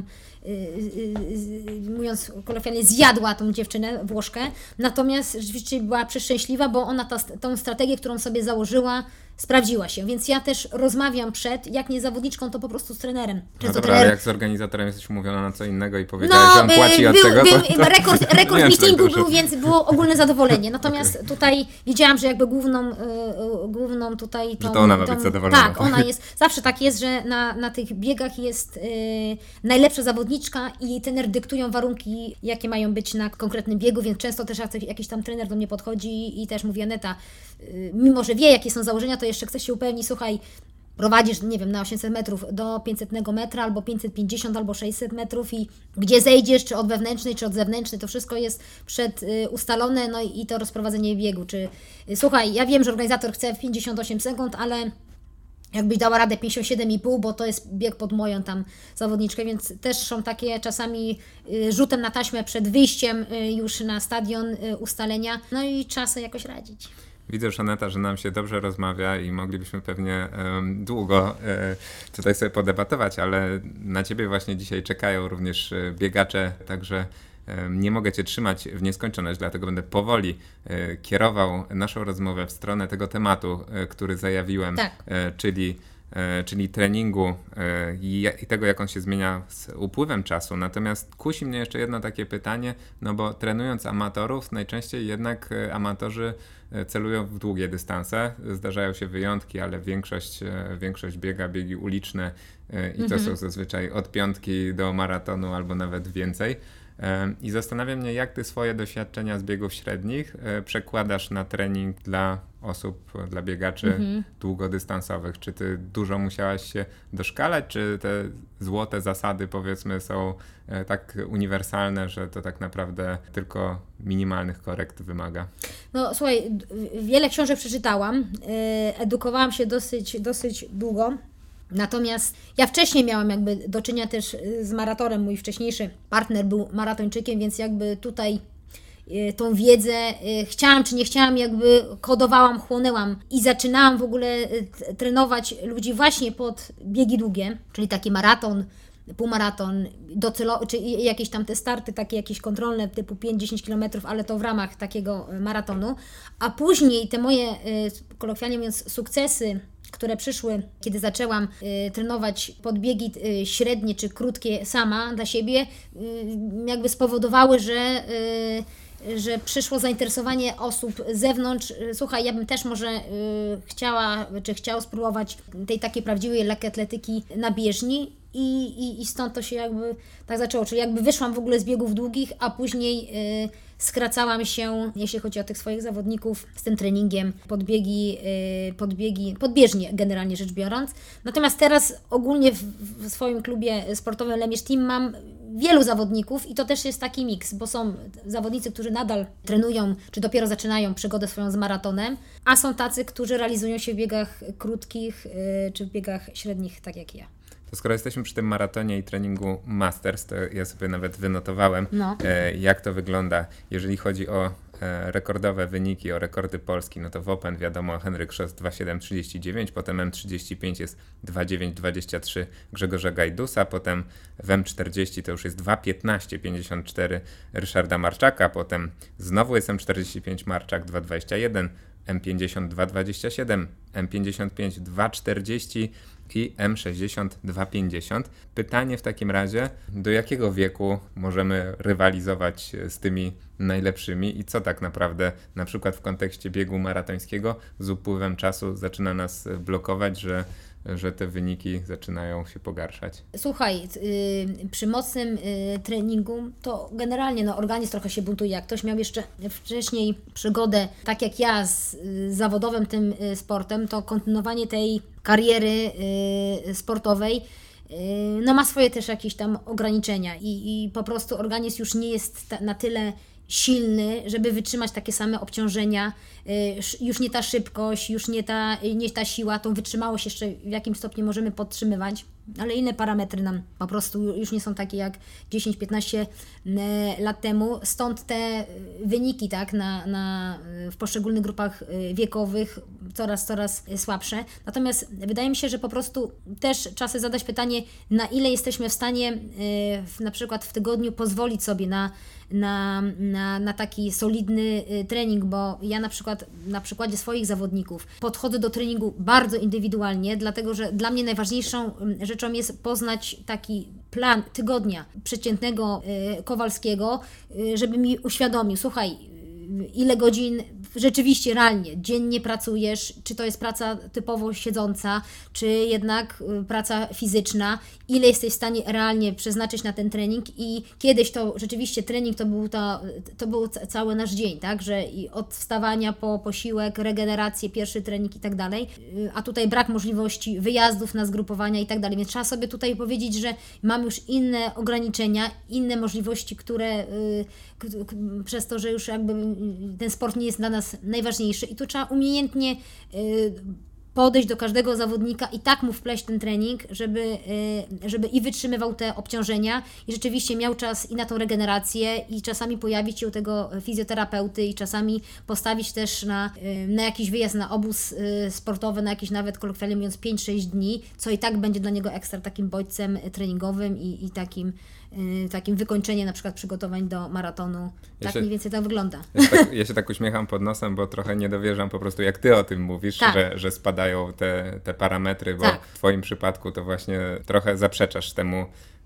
mówiąc kolokwialnie, zjadła tą dziewczynę, Włoszkę. Natomiast rzeczywiście była przeszczęśliwa, bo ona tą strategię, którą sobie założyła, sprawdziła się, więc ja też rozmawiam jak nie z zawodniczką, to po prostu z trenerem. No dobra, ale jak z organizatorem jesteś umówiona na co innego i powiedziałeś, że on płaci od tego, rekord meetingu był, więc było ogólne zadowolenie. Natomiast tutaj wiedziałam, że jakby główną tutaj... Że to ona ma być zadowolona. Tak, ona jest, zawsze tak jest, że na tych biegach jest najlepsza zawodniczka i jej trener dyktują warunki, jakie mają być na konkretnym biegu, więc często też jakiś tam trener do mnie podchodzi i też mówi, Aneta, mimo że wie, jakie są założenia, to jeszcze chce się upewnić, słuchaj, prowadzisz, nie wiem, na 800 metrów do 500 metra, albo 550, albo 600 metrów i gdzie zejdziesz, czy od wewnętrznej, czy od zewnętrznej, to wszystko jest ustalone, no i to rozprowadzenie biegu, czy słuchaj, ja wiem, że organizator chce w 58 sekund, ale jakbyś dała radę 57,5, bo to jest bieg pod moją tam zawodniczkę, więc też są takie czasami rzutem na taśmę przed wyjściem już na stadion ustalenia, no i trzeba sobie jakoś radzić. Widzę już, Aneta, że nam się dobrze rozmawia i moglibyśmy pewnie długo tutaj sobie podebatować, ale na Ciebie właśnie dzisiaj czekają również biegacze, także nie mogę Cię trzymać w nieskończoność, dlatego będę powoli kierował naszą rozmowę w stronę tego tematu, który zajawiłem, tak. Czyli treningu i tego, jak on się zmienia z upływem czasu. Natomiast kusi mnie jeszcze jedno takie pytanie, no bo trenując amatorów, najczęściej jednak amatorzy celują w długie dystanse. Zdarzają się wyjątki, ale większość biega biegi uliczne i to są zazwyczaj od 5 do maratonu albo nawet więcej. I zastanawiam mnie, jak Ty swoje doświadczenia z biegów średnich przekładasz na trening dla osób, dla biegaczy długodystansowych. Czy Ty dużo musiałaś się doszkalać, czy te złote zasady, powiedzmy, są tak uniwersalne, że to tak naprawdę tylko minimalnych korekt wymaga? No słuchaj, wiele książek przeczytałam, edukowałam się dosyć długo. Natomiast ja wcześniej miałam jakby do czynienia też z maratonem, mój wcześniejszy partner był maratończykiem, więc jakby tutaj tą wiedzę chciałam czy nie chciałam, jakby kodowałam, chłonęłam i zaczynałam w ogóle trenować ludzi właśnie pod biegi długie, czyli taki maraton, półmaraton, czy jakieś tam te starty, takie jakieś kontrolne typu 5-10 km, ale to w ramach takiego maratonu, a później te moje, kolokwialnie mówiąc, sukcesy, które przyszły, kiedy zaczęłam trenować podbiegi średnie czy krótkie sama dla siebie, jakby spowodowały, że przyszło zainteresowanie osób z zewnątrz. Słuchaj, ja bym też może chciał spróbować tej takiej prawdziwej lekkoatletyki na bieżni i stąd to się jakby tak zaczęło, czyli jakby wyszłam w ogóle z biegów długich, a później skracałam się, jeśli chodzi o tych swoich zawodników, z tym treningiem podbieżnie generalnie rzecz biorąc. Natomiast teraz ogólnie w swoim klubie sportowym Lemierz Team mam wielu zawodników i to też jest taki miks, bo są zawodnicy, którzy nadal trenują, czy dopiero zaczynają przygodę swoją z maratonem, a są tacy, którzy realizują się w biegach krótkich, czy w biegach średnich, tak jak ja. To skoro jesteśmy przy tym maratonie i treningu Masters, to ja sobie nawet wynotowałem, jak to wygląda, jeżeli chodzi o rekordowe wyniki, o rekordy Polski, no to w Open wiadomo Henryk Szos 2,7,39, potem M30 jest 2,9,23 Grzegorza Gajdusa, potem w M40 to już jest 2,15,54 Ryszarda Marczaka, potem znowu jest M45 Marczak 2,21, M50 227, M55 240 i M60 250. Pytanie w takim razie, do jakiego wieku możemy rywalizować z tymi najlepszymi i co tak naprawdę na przykład w kontekście biegu maratońskiego z upływem czasu zaczyna nas blokować, że te wyniki zaczynają się pogarszać? Słuchaj, przy mocnym treningu to generalnie organizm trochę się buntuje. Jak ktoś miał jeszcze wcześniej przygodę, tak jak ja, z zawodowym tym sportem, to kontynuowanie tej kariery sportowej ma swoje też jakieś tam ograniczenia i po prostu organizm już nie jest na tyle silny, żeby wytrzymać takie same obciążenia, już nie ta szybkość, już nie ta siła, tą wytrzymałość jeszcze w jakimś stopniu możemy podtrzymywać, ale inne parametry nam po prostu już nie są takie jak 10-15 lat temu, stąd te wyniki tak, w poszczególnych grupach wiekowych coraz słabsze. Natomiast wydaje mi się, że po prostu też trzeba sobie zadać pytanie, na ile jesteśmy w stanie na przykład w tygodniu pozwolić sobie na taki solidny trening, bo ja na przykład na przykładzie swoich zawodników podchodzę do treningu bardzo indywidualnie, dlatego że dla mnie najważniejszą rzeczą jest poznać taki plan tygodnia przeciętnego Kowalskiego, żeby mi uświadomił, słuchaj, ile godzin rzeczywiście, realnie, dziennie pracujesz, czy to jest praca typowo siedząca, czy jednak praca fizyczna, ile jesteś w stanie realnie przeznaczyć na ten trening i kiedyś to rzeczywiście trening to był cały nasz dzień, tak, że i od wstawania po posiłek, regenerację, pierwszy trening i tak dalej, a tutaj brak możliwości wyjazdów na zgrupowania i tak dalej, więc trzeba sobie tutaj powiedzieć, że mamy już inne ograniczenia, inne możliwości, które przez to, że już jakby ten sport nie jest dla nas najważniejszy i tu trzeba umiejętnie podejść do każdego zawodnika i tak mu wpleść ten trening, żeby i wytrzymywał te obciążenia i rzeczywiście miał czas i na tą regenerację i czasami pojawić się u tego fizjoterapeuty i czasami postawić też na jakiś wyjazd na obóz sportowy, na jakieś nawet kolokwialnie mówiąc 5-6 dni, co i tak będzie dla niego ekstra takim bodźcem treningowym i takim wykończeniem na przykład przygotowań do maratonu. Tak mniej więcej to wygląda. Ja się tak uśmiecham pod nosem, bo trochę nie dowierzam po prostu jak Ty o tym mówisz, tak, że spadają te parametry, bo tak, w Twoim przypadku to właśnie trochę zaprzeczasz temu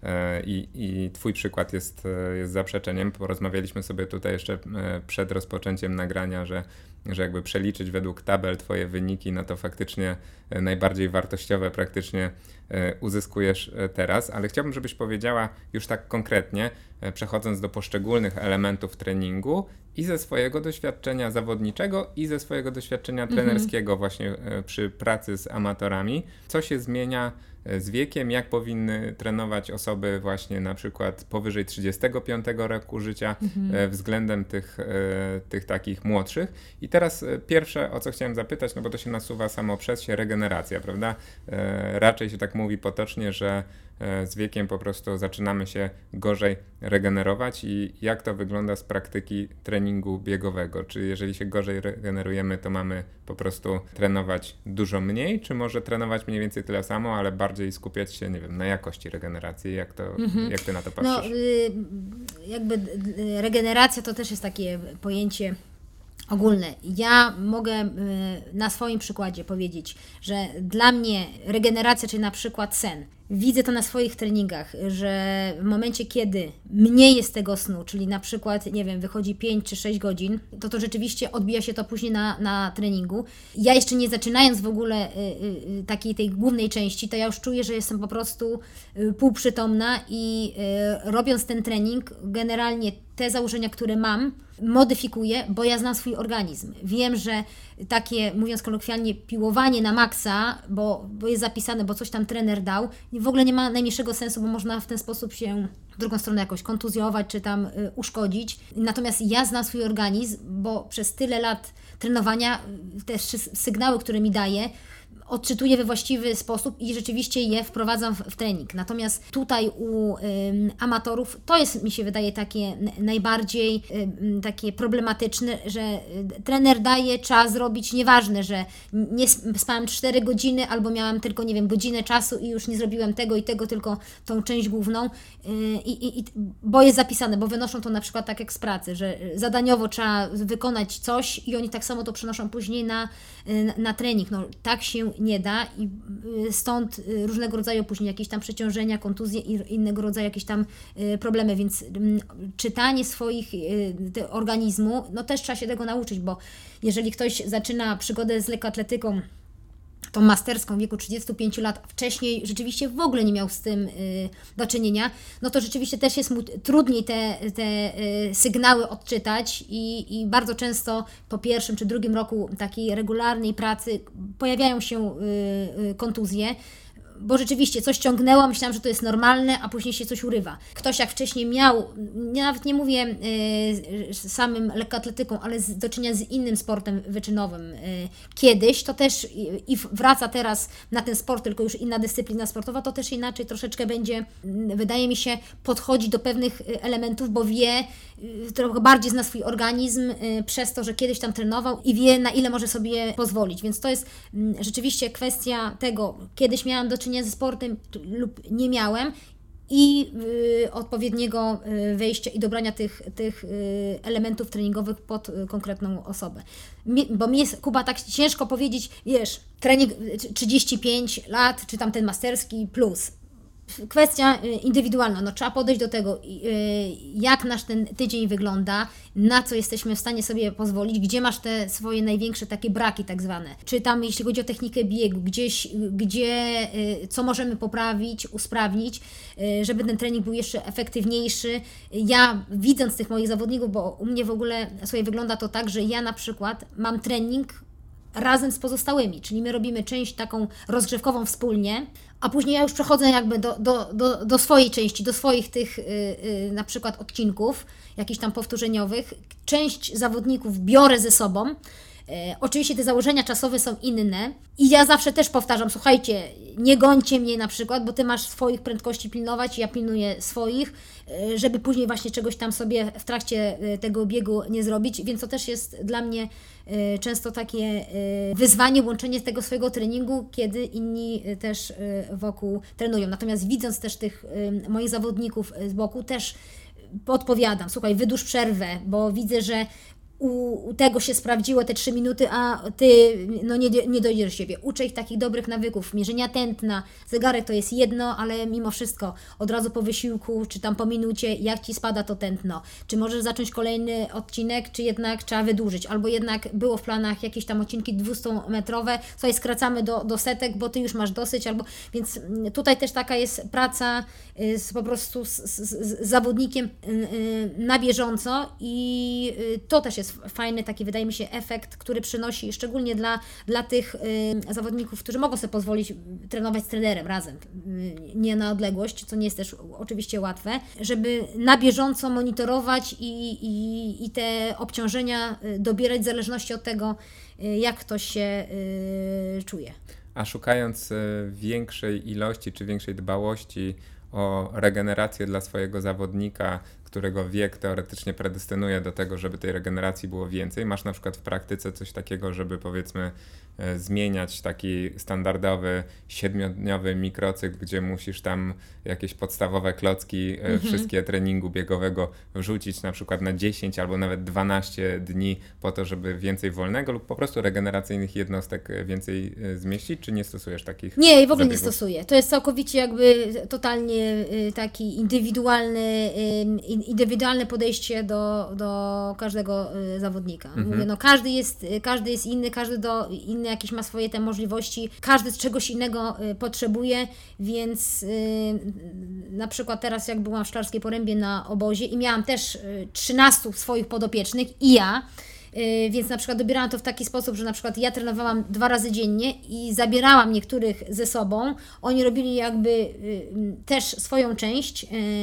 i Twój przykład jest zaprzeczeniem. Porozmawialiśmy sobie tutaj jeszcze przed rozpoczęciem nagrania, że jakby przeliczyć według tabel Twoje wyniki, no to faktycznie najbardziej wartościowe praktycznie uzyskujesz teraz, ale chciałbym, żebyś powiedziała już tak konkretnie, przechodząc do poszczególnych elementów treningu i ze swojego doświadczenia zawodniczego i ze swojego doświadczenia trenerskiego właśnie przy pracy z amatorami, co się zmienia z wiekiem, jak powinny trenować osoby właśnie na przykład powyżej 35 roku życia względem tych takich młodszych. I teraz pierwsze, o co chciałem zapytać, no bo to się nasuwa samo przez się, regeneracja, prawda? Raczej się tak mówi potocznie, że z wiekiem po prostu zaczynamy się gorzej regenerować i jak to wygląda z praktyki treningu biegowego? Czy jeżeli się gorzej regenerujemy, to mamy po prostu trenować dużo mniej, czy może trenować mniej więcej tyle samo, ale bardziej skupiać się, nie wiem, na jakości regeneracji? Jak Ty na to patrzysz? No, jakby regeneracja to też jest takie pojęcie ogólne. Ja mogę na swoim przykładzie powiedzieć, że dla mnie regeneracja, czyli na przykład sen, widzę to na swoich treningach, że w momencie, kiedy mniej jest tego snu, czyli na przykład, nie wiem, wychodzi 5 czy 6 godzin, to rzeczywiście odbija się to później na treningu. Ja jeszcze nie zaczynając w ogóle takiej tej głównej części, to ja już czuję, że jestem po prostu półprzytomna i robiąc ten trening, generalnie te założenia, które mam, modyfikuję, bo ja znam swój organizm. Wiem, że takie, mówiąc kolokwialnie, piłowanie na maksa, bo jest zapisane, bo coś tam trener dał, w ogóle nie ma najmniejszego sensu, bo można w ten sposób się w drugą stronę jakoś kontuzjować, czy tam uszkodzić. Natomiast ja znam swój organizm, bo przez tyle lat trenowania te sygnały, które mi daje, odczytuję we właściwy sposób i rzeczywiście je wprowadzam w trening. Natomiast tutaj u amatorów to jest, mi się wydaje, takie najbardziej takie problematyczne, że trener daje czas zrobić, nieważne, że nie spałem 4 godziny albo miałam tylko, nie wiem, godzinę czasu i już nie zrobiłem tego i tego, tylko tą część główną, bo jest zapisane, bo wynoszą to na przykład tak jak z pracy, że zadaniowo trzeba wykonać coś i oni tak samo to przenoszą później na trening. No, tak się nie da i stąd różnego rodzaju później jakieś tam przeciążenia, kontuzje i innego rodzaju jakieś tam problemy, więc czytanie swoich organizmu, no też trzeba się tego nauczyć, bo jeżeli ktoś zaczyna przygodę z lekkoatletyką, tą masterską w wieku 35 lat, wcześniej rzeczywiście w ogóle nie miał z tym do czynienia, no to rzeczywiście też jest mu trudniej te sygnały odczytać i bardzo często po pierwszym czy drugim roku takiej regularnej pracy pojawiają się kontuzje, bo rzeczywiście coś ciągnęło, myślałam, że to jest normalne, a później się coś urywa. Ktoś jak wcześniej miał, nawet nie mówię samym lekkoatletyką, ale do czynienia z innym sportem wyczynowym kiedyś, to też i wraca teraz na ten sport, tylko już inna dyscyplina sportowa, to też inaczej troszeczkę będzie, wydaje mi się, podchodzić do pewnych elementów, bo wie, trochę bardziej zna swój organizm przez to, że kiedyś tam trenował i wie, na ile może sobie pozwolić. Więc to jest rzeczywiście kwestia tego, kiedyś miałam do czynienia ze sportem lub nie miałem i odpowiedniego wejścia i dobrania tych elementów treningowych pod konkretną osobę. Bo mi jest, Kuba, tak ciężko powiedzieć, wiesz, trening 35 lat, czy tam ten masterski plus. Kwestia indywidualna, no trzeba podejść do tego, jak nasz ten tydzień wygląda, na co jesteśmy w stanie sobie pozwolić, gdzie masz te swoje największe takie braki tak zwane, czy tam jeśli chodzi o technikę biegu, co możemy poprawić, usprawnić, żeby ten trening był jeszcze efektywniejszy. Ja widząc tych moich zawodników, bo u mnie w ogóle sobie wygląda to tak, że ja na przykład mam trening razem z pozostałymi, czyli my robimy część taką rozgrzewkową wspólnie, a później ja już przechodzę jakby do swojej części, do swoich tych na przykład odcinków, jakichś tam powtórzeniowych. Część zawodników biorę ze sobą. Oczywiście te założenia czasowe są inne i ja zawsze też powtarzam, słuchajcie, nie gońcie mnie na przykład, bo Ty masz swoich prędkości pilnować, ja pilnuję swoich, żeby później właśnie czegoś tam sobie w trakcie tego biegu nie zrobić, więc to też jest dla mnie często takie wyzwanie, łączenie tego swojego treningu, kiedy inni też wokół trenują. Natomiast widząc też tych moich zawodników z boku, też podpowiadam, słuchaj, wydłuż przerwę, bo widzę, że u tego się sprawdziło te 3 minuty, a Ty no nie dojdziesz do siebie. Uczę ich takich dobrych nawyków, mierzenia tętna, zegarek to jest jedno, ale mimo wszystko od razu po wysiłku, czy tam po minucie, jak Ci spada to tętno. Czy możesz zacząć kolejny odcinek, czy jednak trzeba wydłużyć, albo jednak było w planach jakieś tam odcinki 200-metrowe, tutaj skracamy do setek, bo Ty już masz dosyć, więc tutaj też taka jest praca po prostu z zawodnikiem na bieżąco i to też jest fajny taki, wydaje mi się, efekt, który przynosi szczególnie dla tych zawodników, którzy mogą sobie pozwolić trenować z trenerem razem, nie na odległość, co nie jest też oczywiście łatwe, żeby na bieżąco monitorować i te obciążenia dobierać w zależności od tego, jak ktoś się czuje. A szukając większej ilości czy większej dbałości o regenerację dla swojego zawodnika, którego wiek teoretycznie predestynuje do tego, żeby tej regeneracji było więcej. Masz na przykład w praktyce coś takiego, żeby powiedzmy zmieniać taki standardowy 7-dniowy mikrocykl, gdzie musisz tam jakieś podstawowe klocki wszystkie treningu biegowego wrzucić na przykład na 10 albo nawet 12 dni po to, żeby więcej wolnego lub po prostu regeneracyjnych jednostek więcej zmieścić, czy nie stosujesz takich Nie, w ogóle zabiegów? nie stosuję. To jest całkowicie jakby totalnie taki indywidualne podejście do każdego zawodnika. Mówię, no każdy jest inny, każdy inny jakieś ma swoje te możliwości, każdy z czegoś innego potrzebuje, więc na przykład teraz jak byłam w Szklarskiej Porębie na obozie i miałam też 13 swoich podopiecznych i ja, więc na przykład dobierałam to w taki sposób, że na przykład ja trenowałam 2 razy dziennie i zabierałam niektórych ze sobą. Oni robili jakby też swoją część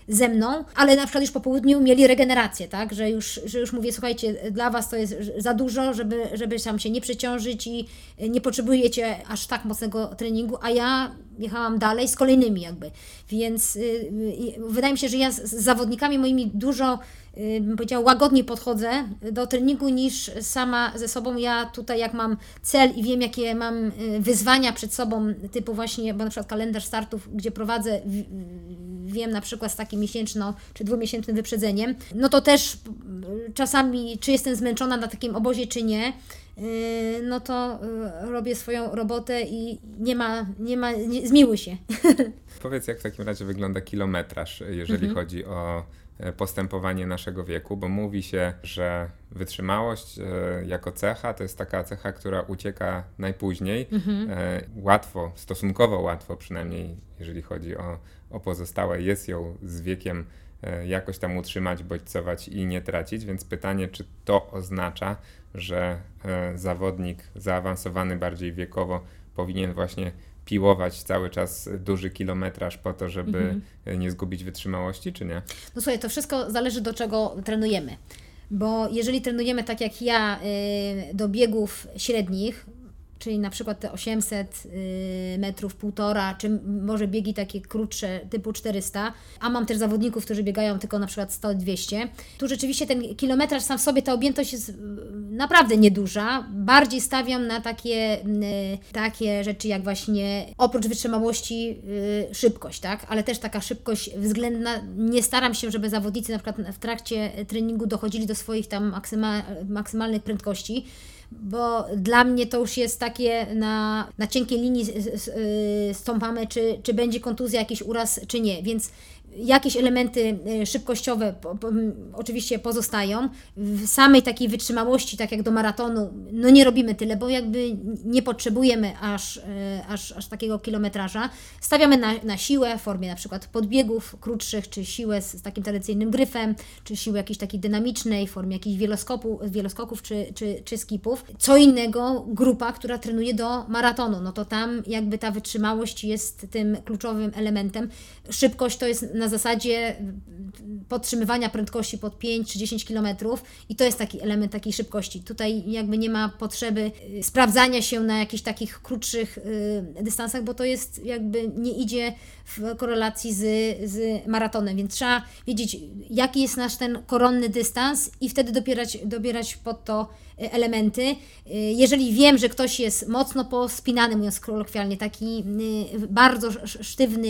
ze mną, ale na przykład już po południu mieli regenerację, tak, że już mówię, słuchajcie, dla Was to jest za dużo, żeby tam się nie przeciążyć i nie potrzebujecie aż tak mocnego treningu, a ja jechałam dalej z kolejnymi jakby, więc wydaje mi się, że ja z zawodnikami moimi dużo, bym powiedziała, łagodniej podchodzę do treningu niż sama ze sobą. Ja tutaj jak mam cel i wiem, jakie mam wyzwania przed sobą, typu właśnie, bo na przykład kalendarz startów, gdzie prowadzę, wiem na przykład z takim miesięczno czy dwumiesięcznym wyprzedzeniem, no to też czasami, czy jestem zmęczona na takim obozie, czy nie, no to robię swoją robotę i nie zmiłuj się. Powiedz, jak w takim razie wygląda kilometraż, jeżeli chodzi o postępowanie naszego wieku, bo mówi się, że wytrzymałość jako cecha to jest taka cecha, która ucieka najpóźniej. Łatwo, stosunkowo łatwo przynajmniej, jeżeli chodzi o pozostałe, jest ją z wiekiem jakoś tam utrzymać, bodźcować i nie tracić, więc pytanie, czy to oznacza, że zawodnik zaawansowany bardziej wiekowo powinien właśnie piłować cały czas duży kilometraż po to, żeby nie zgubić wytrzymałości, czy nie? No słuchaj, to wszystko zależy, do czego trenujemy, bo jeżeli trenujemy tak jak ja do biegów średnich, czyli na przykład te 800 metrów, 1,5, czy może biegi takie krótsze typu 400, a mam też zawodników, którzy biegają tylko na przykład 100-200, tu rzeczywiście ten kilometraż sam w sobie, ta objętość jest naprawdę nieduża. Bardziej stawiam na takie rzeczy jak właśnie oprócz wytrzymałości szybkość, tak? Ale też taka szybkość względna. Nie staram się, żeby zawodnicy na przykład w trakcie treningu dochodzili do swoich tam maksymalnych prędkości, bo dla mnie to już jest takie na cienkiej linii stąpamy, czy będzie kontuzja, jakiś uraz, czy nie, więc jakieś elementy szybkościowe oczywiście pozostają. W samej takiej wytrzymałości, tak jak do maratonu, no nie robimy tyle, bo jakby nie potrzebujemy aż takiego kilometraża. Stawiamy na siłę w formie na przykład podbiegów krótszych, czy siłę z takim tradycyjnym gryfem, czy siłę jakiejś takiej dynamicznej w formie jakichś wieloskoków czy skipów. Co innego grupa, która trenuje do maratonu, no to tam jakby ta wytrzymałość jest tym kluczowym elementem. Szybkość to jest na zasadzie podtrzymywania prędkości pod 5 czy 10 km i to jest taki element takiej szybkości. Tutaj jakby nie ma potrzeby sprawdzania się na jakichś takich krótszych dystansach, bo to jest jakby nie idzie w korelacji z maratonem, więc trzeba wiedzieć, jaki jest nasz ten koronny dystans i wtedy dobierać pod to elementy. Jeżeli wiem, że ktoś jest mocno pospinany, mówiąc kolokwialnie, taki bardzo sztywny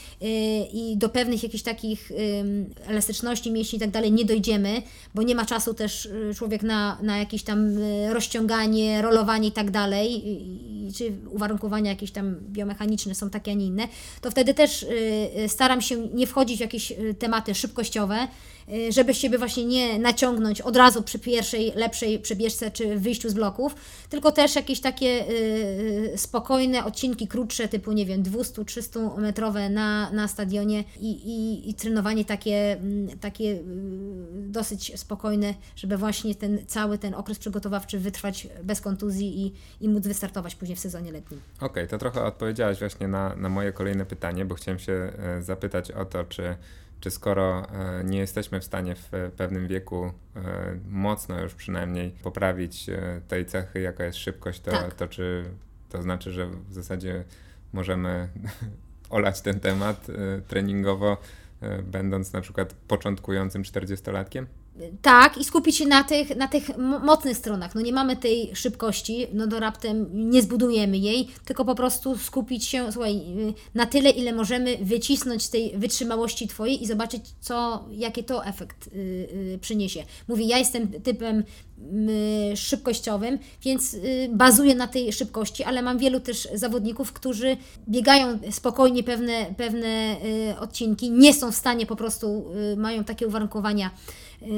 i do pewnych jakichś takich elastyczności mięśni i tak dalej nie dojdziemy, bo nie ma czasu też człowiek na jakieś tam rozciąganie, rolowanie i tak dalej, czy uwarunkowania jakieś tam biomechaniczne są takie, a nie inne, to wtedy też staram się nie wchodzić w jakieś tematy szybkościowe, żeby siebie właśnie nie naciągnąć od razu przy pierwszej, lepszej przebieżce czy wyjściu z bloków, tylko też jakieś takie spokojne odcinki krótsze, typu nie wiem, 200-300 metrowe na stadionie i trenowanie takie dosyć spokojne, żeby właśnie cały ten okres przygotowawczy wytrwać bez kontuzji i móc wystartować później w sezonie letnim. Okej, to trochę odpowiedziałaś właśnie na moje kolejne pytanie, bo chciałem się zapytać o to, czy skoro nie jesteśmy w stanie w pewnym wieku mocno już przynajmniej poprawić tej cechy, jaka jest szybkość, to czy to znaczy, że w zasadzie możemy olać ten temat treningowo, będąc na przykład początkującym 40-latkiem? Tak, i skupić się na tych mocnych stronach. No nie mamy tej szybkości, no do raptem nie zbudujemy jej, tylko po prostu skupić się, słuchaj, na tyle, ile możemy wycisnąć z tej wytrzymałości Twojej i zobaczyć, jaki to efekt przyniesie. Mówię, ja jestem typem szybkościowym, więc bazuję na tej szybkości, ale mam wielu też zawodników, którzy biegają spokojnie pewne odcinki, nie są w stanie po prostu, mają takie uwarunkowania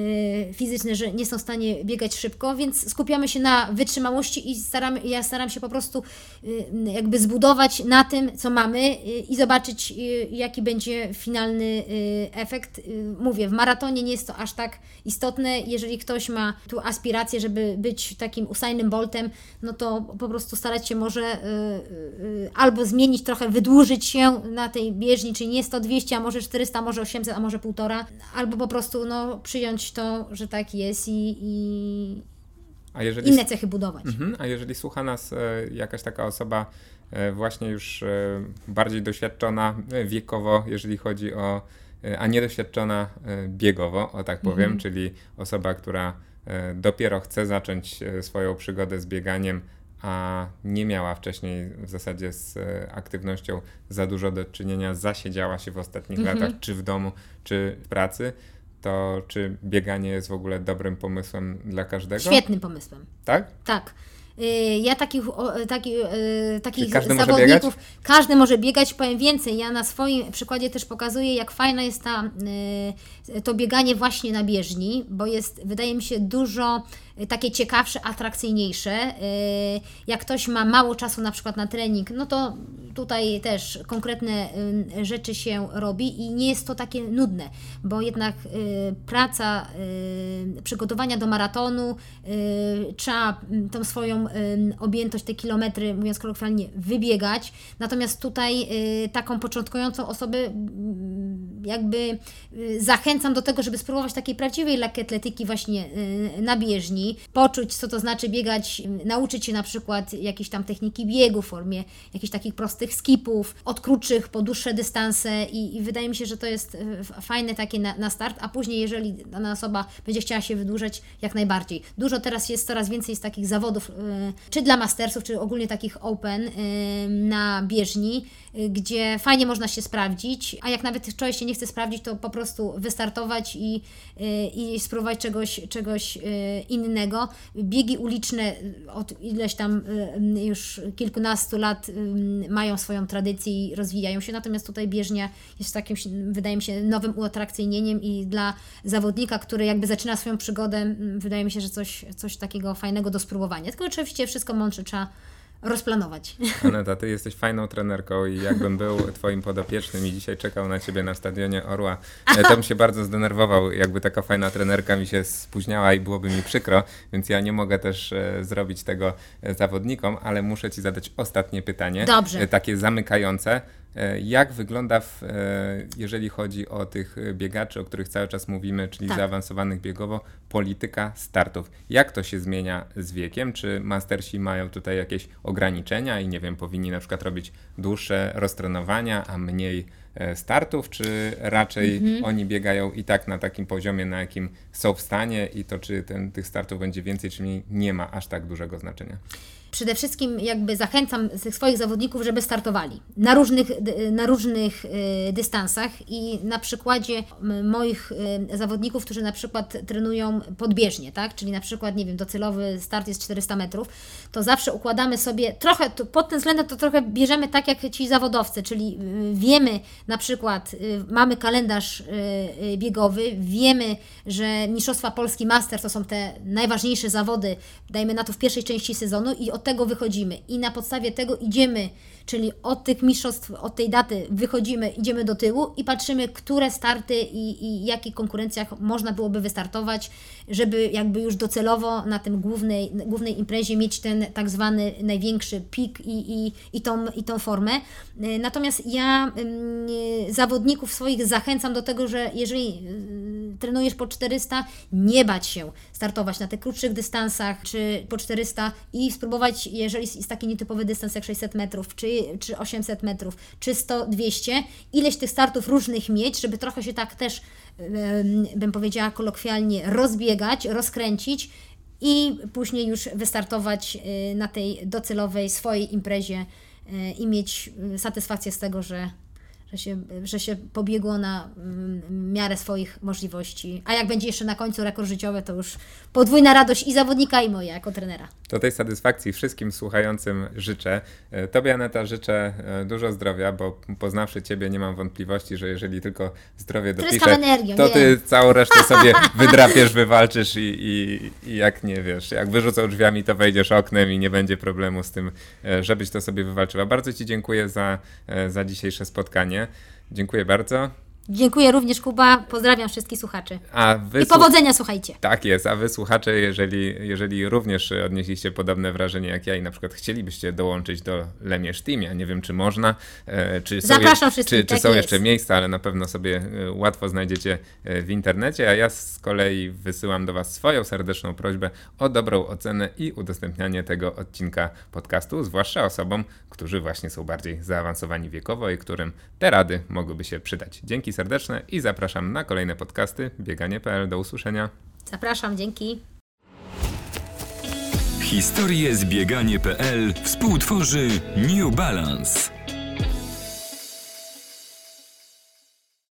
fizyczne, że nie są w stanie biegać szybko, więc skupiamy się na wytrzymałości i ja staram się po prostu jakby zbudować na tym, co mamy i zobaczyć, jaki będzie finalny efekt. Mówię, w maratonie nie jest to aż tak istotne. Jeżeli ktoś ma tu aspirację, żeby być takim Usainem Boltem, no to po prostu starać się może albo zmienić trochę, wydłużyć się na tej bieżni, czyli nie 100-200, a może 400, a może 800, a może 1,5, albo po prostu przyjąć to, że tak jest i inne cechy budować. A jeżeli słucha nas jakaś taka osoba właśnie już bardziej doświadczona wiekowo, jeżeli chodzi o, a niedoświadczona biegowo, o tak powiem, czyli osoba, która dopiero chce zacząć swoją przygodę z bieganiem, a nie miała wcześniej w zasadzie z aktywnością za dużo do czynienia, zasiedziała się w ostatnich latach, czy w domu, czy w pracy, to czy bieganie jest w ogóle dobrym pomysłem dla każdego? Świetnym pomysłem. Tak? Tak. Ja takich zawodników, każdy może biegać, powiem więcej, ja na swoim przykładzie też pokazuję, jak fajne jest to bieganie właśnie na bieżni, bo jest, wydaje mi się, dużo takie ciekawsze, atrakcyjniejsze. Jak ktoś ma mało czasu na przykład na trening, no to tutaj też konkretne rzeczy się robi i nie jest to takie nudne, bo jednak praca przygotowania do maratonu, trzeba tą swoją objętość, te kilometry, mówiąc kolokwialnie, wybiegać. Natomiast tutaj taką początkującą osobę jakby zachęcam do tego, żeby spróbować takiej prawdziwej lekkoatletyki właśnie na bieżni, poczuć, co to znaczy biegać, nauczyć się na przykład jakiejś tam techniki biegu w formie jakichś takich prostych skipów, od krótszych po dłuższe dystanse i wydaje mi się, że to jest fajne takie na start, a później, jeżeli dana osoba będzie chciała się wydłużać, jak najbardziej. Coraz więcej jest takich zawodów, czy dla mastersów, czy ogólnie takich open na bieżni, gdzie fajnie można się sprawdzić, a jak nawet człowiek się nie chce sprawdzić, to po prostu wystartować i spróbować czegoś innego. Biegi uliczne od ileś tam już kilkunastu lat mają swoją tradycję i rozwijają się, natomiast tutaj bieżnia jest takim, wydaje mi się, nowym uatrakcyjnieniem i dla zawodnika, który jakby zaczyna swoją przygodę, wydaje mi się, że coś takiego fajnego do spróbowania. Tylko oczywiście wszystko mądrze trzeba rozplanować. Aneta, Ty jesteś fajną trenerką i jakbym był Twoim podopiecznym i dzisiaj czekał na Ciebie na stadionie Orła, to bym się bardzo zdenerwował, jakby taka fajna trenerka mi się spóźniała i byłoby mi przykro, więc ja nie mogę też zrobić tego zawodnikom, ale muszę Ci zadać ostatnie pytanie. Dobrze. Takie zamykające. Jak wygląda, jeżeli chodzi o tych biegaczy, o których cały czas mówimy, czyli zaawansowanych biegowo, polityka startów? Jak to się zmienia z wiekiem? Czy mastersi mają tutaj jakieś ograniczenia i nie wiem, powinni na przykład robić dłuższe roztrenowania, a mniej startów, czy raczej oni biegają i tak na takim poziomie, na jakim są w stanie i to czy tych startów będzie więcej, czy mniej, nie ma aż tak dużego znaczenia? Przede wszystkim jakby zachęcam tych swoich zawodników, żeby startowali na różnych dystansach i na przykładzie moich zawodników, którzy na przykład trenują podbieżnie, tak? Czyli na przykład, nie wiem, docelowy start jest 400 metrów, to zawsze układamy sobie trochę, pod tym względem to trochę bierzemy tak jak ci zawodowcy, czyli wiemy na przykład, mamy kalendarz biegowy, wiemy, że Mistrzostwa Polski Master to są te najważniejsze zawody, dajmy na to w pierwszej części sezonu i od tego wychodzimy i na podstawie tego idziemy, czyli od tych mistrzostw, od tej daty wychodzimy, idziemy do tyłu i patrzymy, które starty i jakich konkurencjach można byłoby wystartować, żeby jakby już docelowo na tym głównej imprezie mieć ten tak zwany największy pik i tą formę. Natomiast ja zawodników swoich zachęcam do tego, że jeżeli trenujesz po 400, nie bać się startować na tych krótszych dystansach, czy po 400 i spróbować, jeżeli jest taki nietypowy dystans jak 600 metrów, czy 800 metrów, czy 100, 200, ileś tych startów różnych mieć, żeby trochę się tak też, bym powiedziała kolokwialnie, rozbiegać, rozkręcić i później już wystartować na tej docelowej swojej imprezie i mieć satysfakcję z tego, że że się pobiegło na miarę swoich możliwości. A jak będzie jeszcze na końcu rekord życiowy, to już podwójna radość i zawodnika, i moja jako trenera. Do tej satysfakcji wszystkim słuchającym życzę. Tobie, Aneta, życzę dużo zdrowia, bo poznawszy Ciebie, nie mam wątpliwości, że jeżeli tylko zdrowie dopiszę, energią, to Ty całą resztę sobie wydrapiesz, wywalczysz i jak nie wiesz, jak wyrzucą drzwiami, to wejdziesz oknem i nie będzie problemu z tym, żebyś to sobie wywalczyła. Bardzo Ci dziękuję za dzisiejsze spotkanie. Dziękuję bardzo. Dziękuję również, Kuba. Pozdrawiam wszystkich słuchaczy. I powodzenia, słuchajcie. Tak jest, a wy słuchacze, jeżeli również odnieśliście podobne wrażenie jak ja i na przykład chcielibyście dołączyć do Lemierz Team, ja nie wiem, czy można, Zapraszam wszystkich, czy są jeszcze miejsca, ale na pewno sobie łatwo znajdziecie w internecie, a ja z kolei wysyłam do was swoją serdeczną prośbę o dobrą ocenę i udostępnianie tego odcinka podcastu, zwłaszcza osobom, którzy właśnie są bardziej zaawansowani wiekowo i którym te rady mogłyby się przydać. Dzięki serdeczne i zapraszam na kolejne podcasty Bieganie.pl. Do usłyszenia. Zapraszam, dzięki. Historie z Bieganie.pl współtworzy New Balance.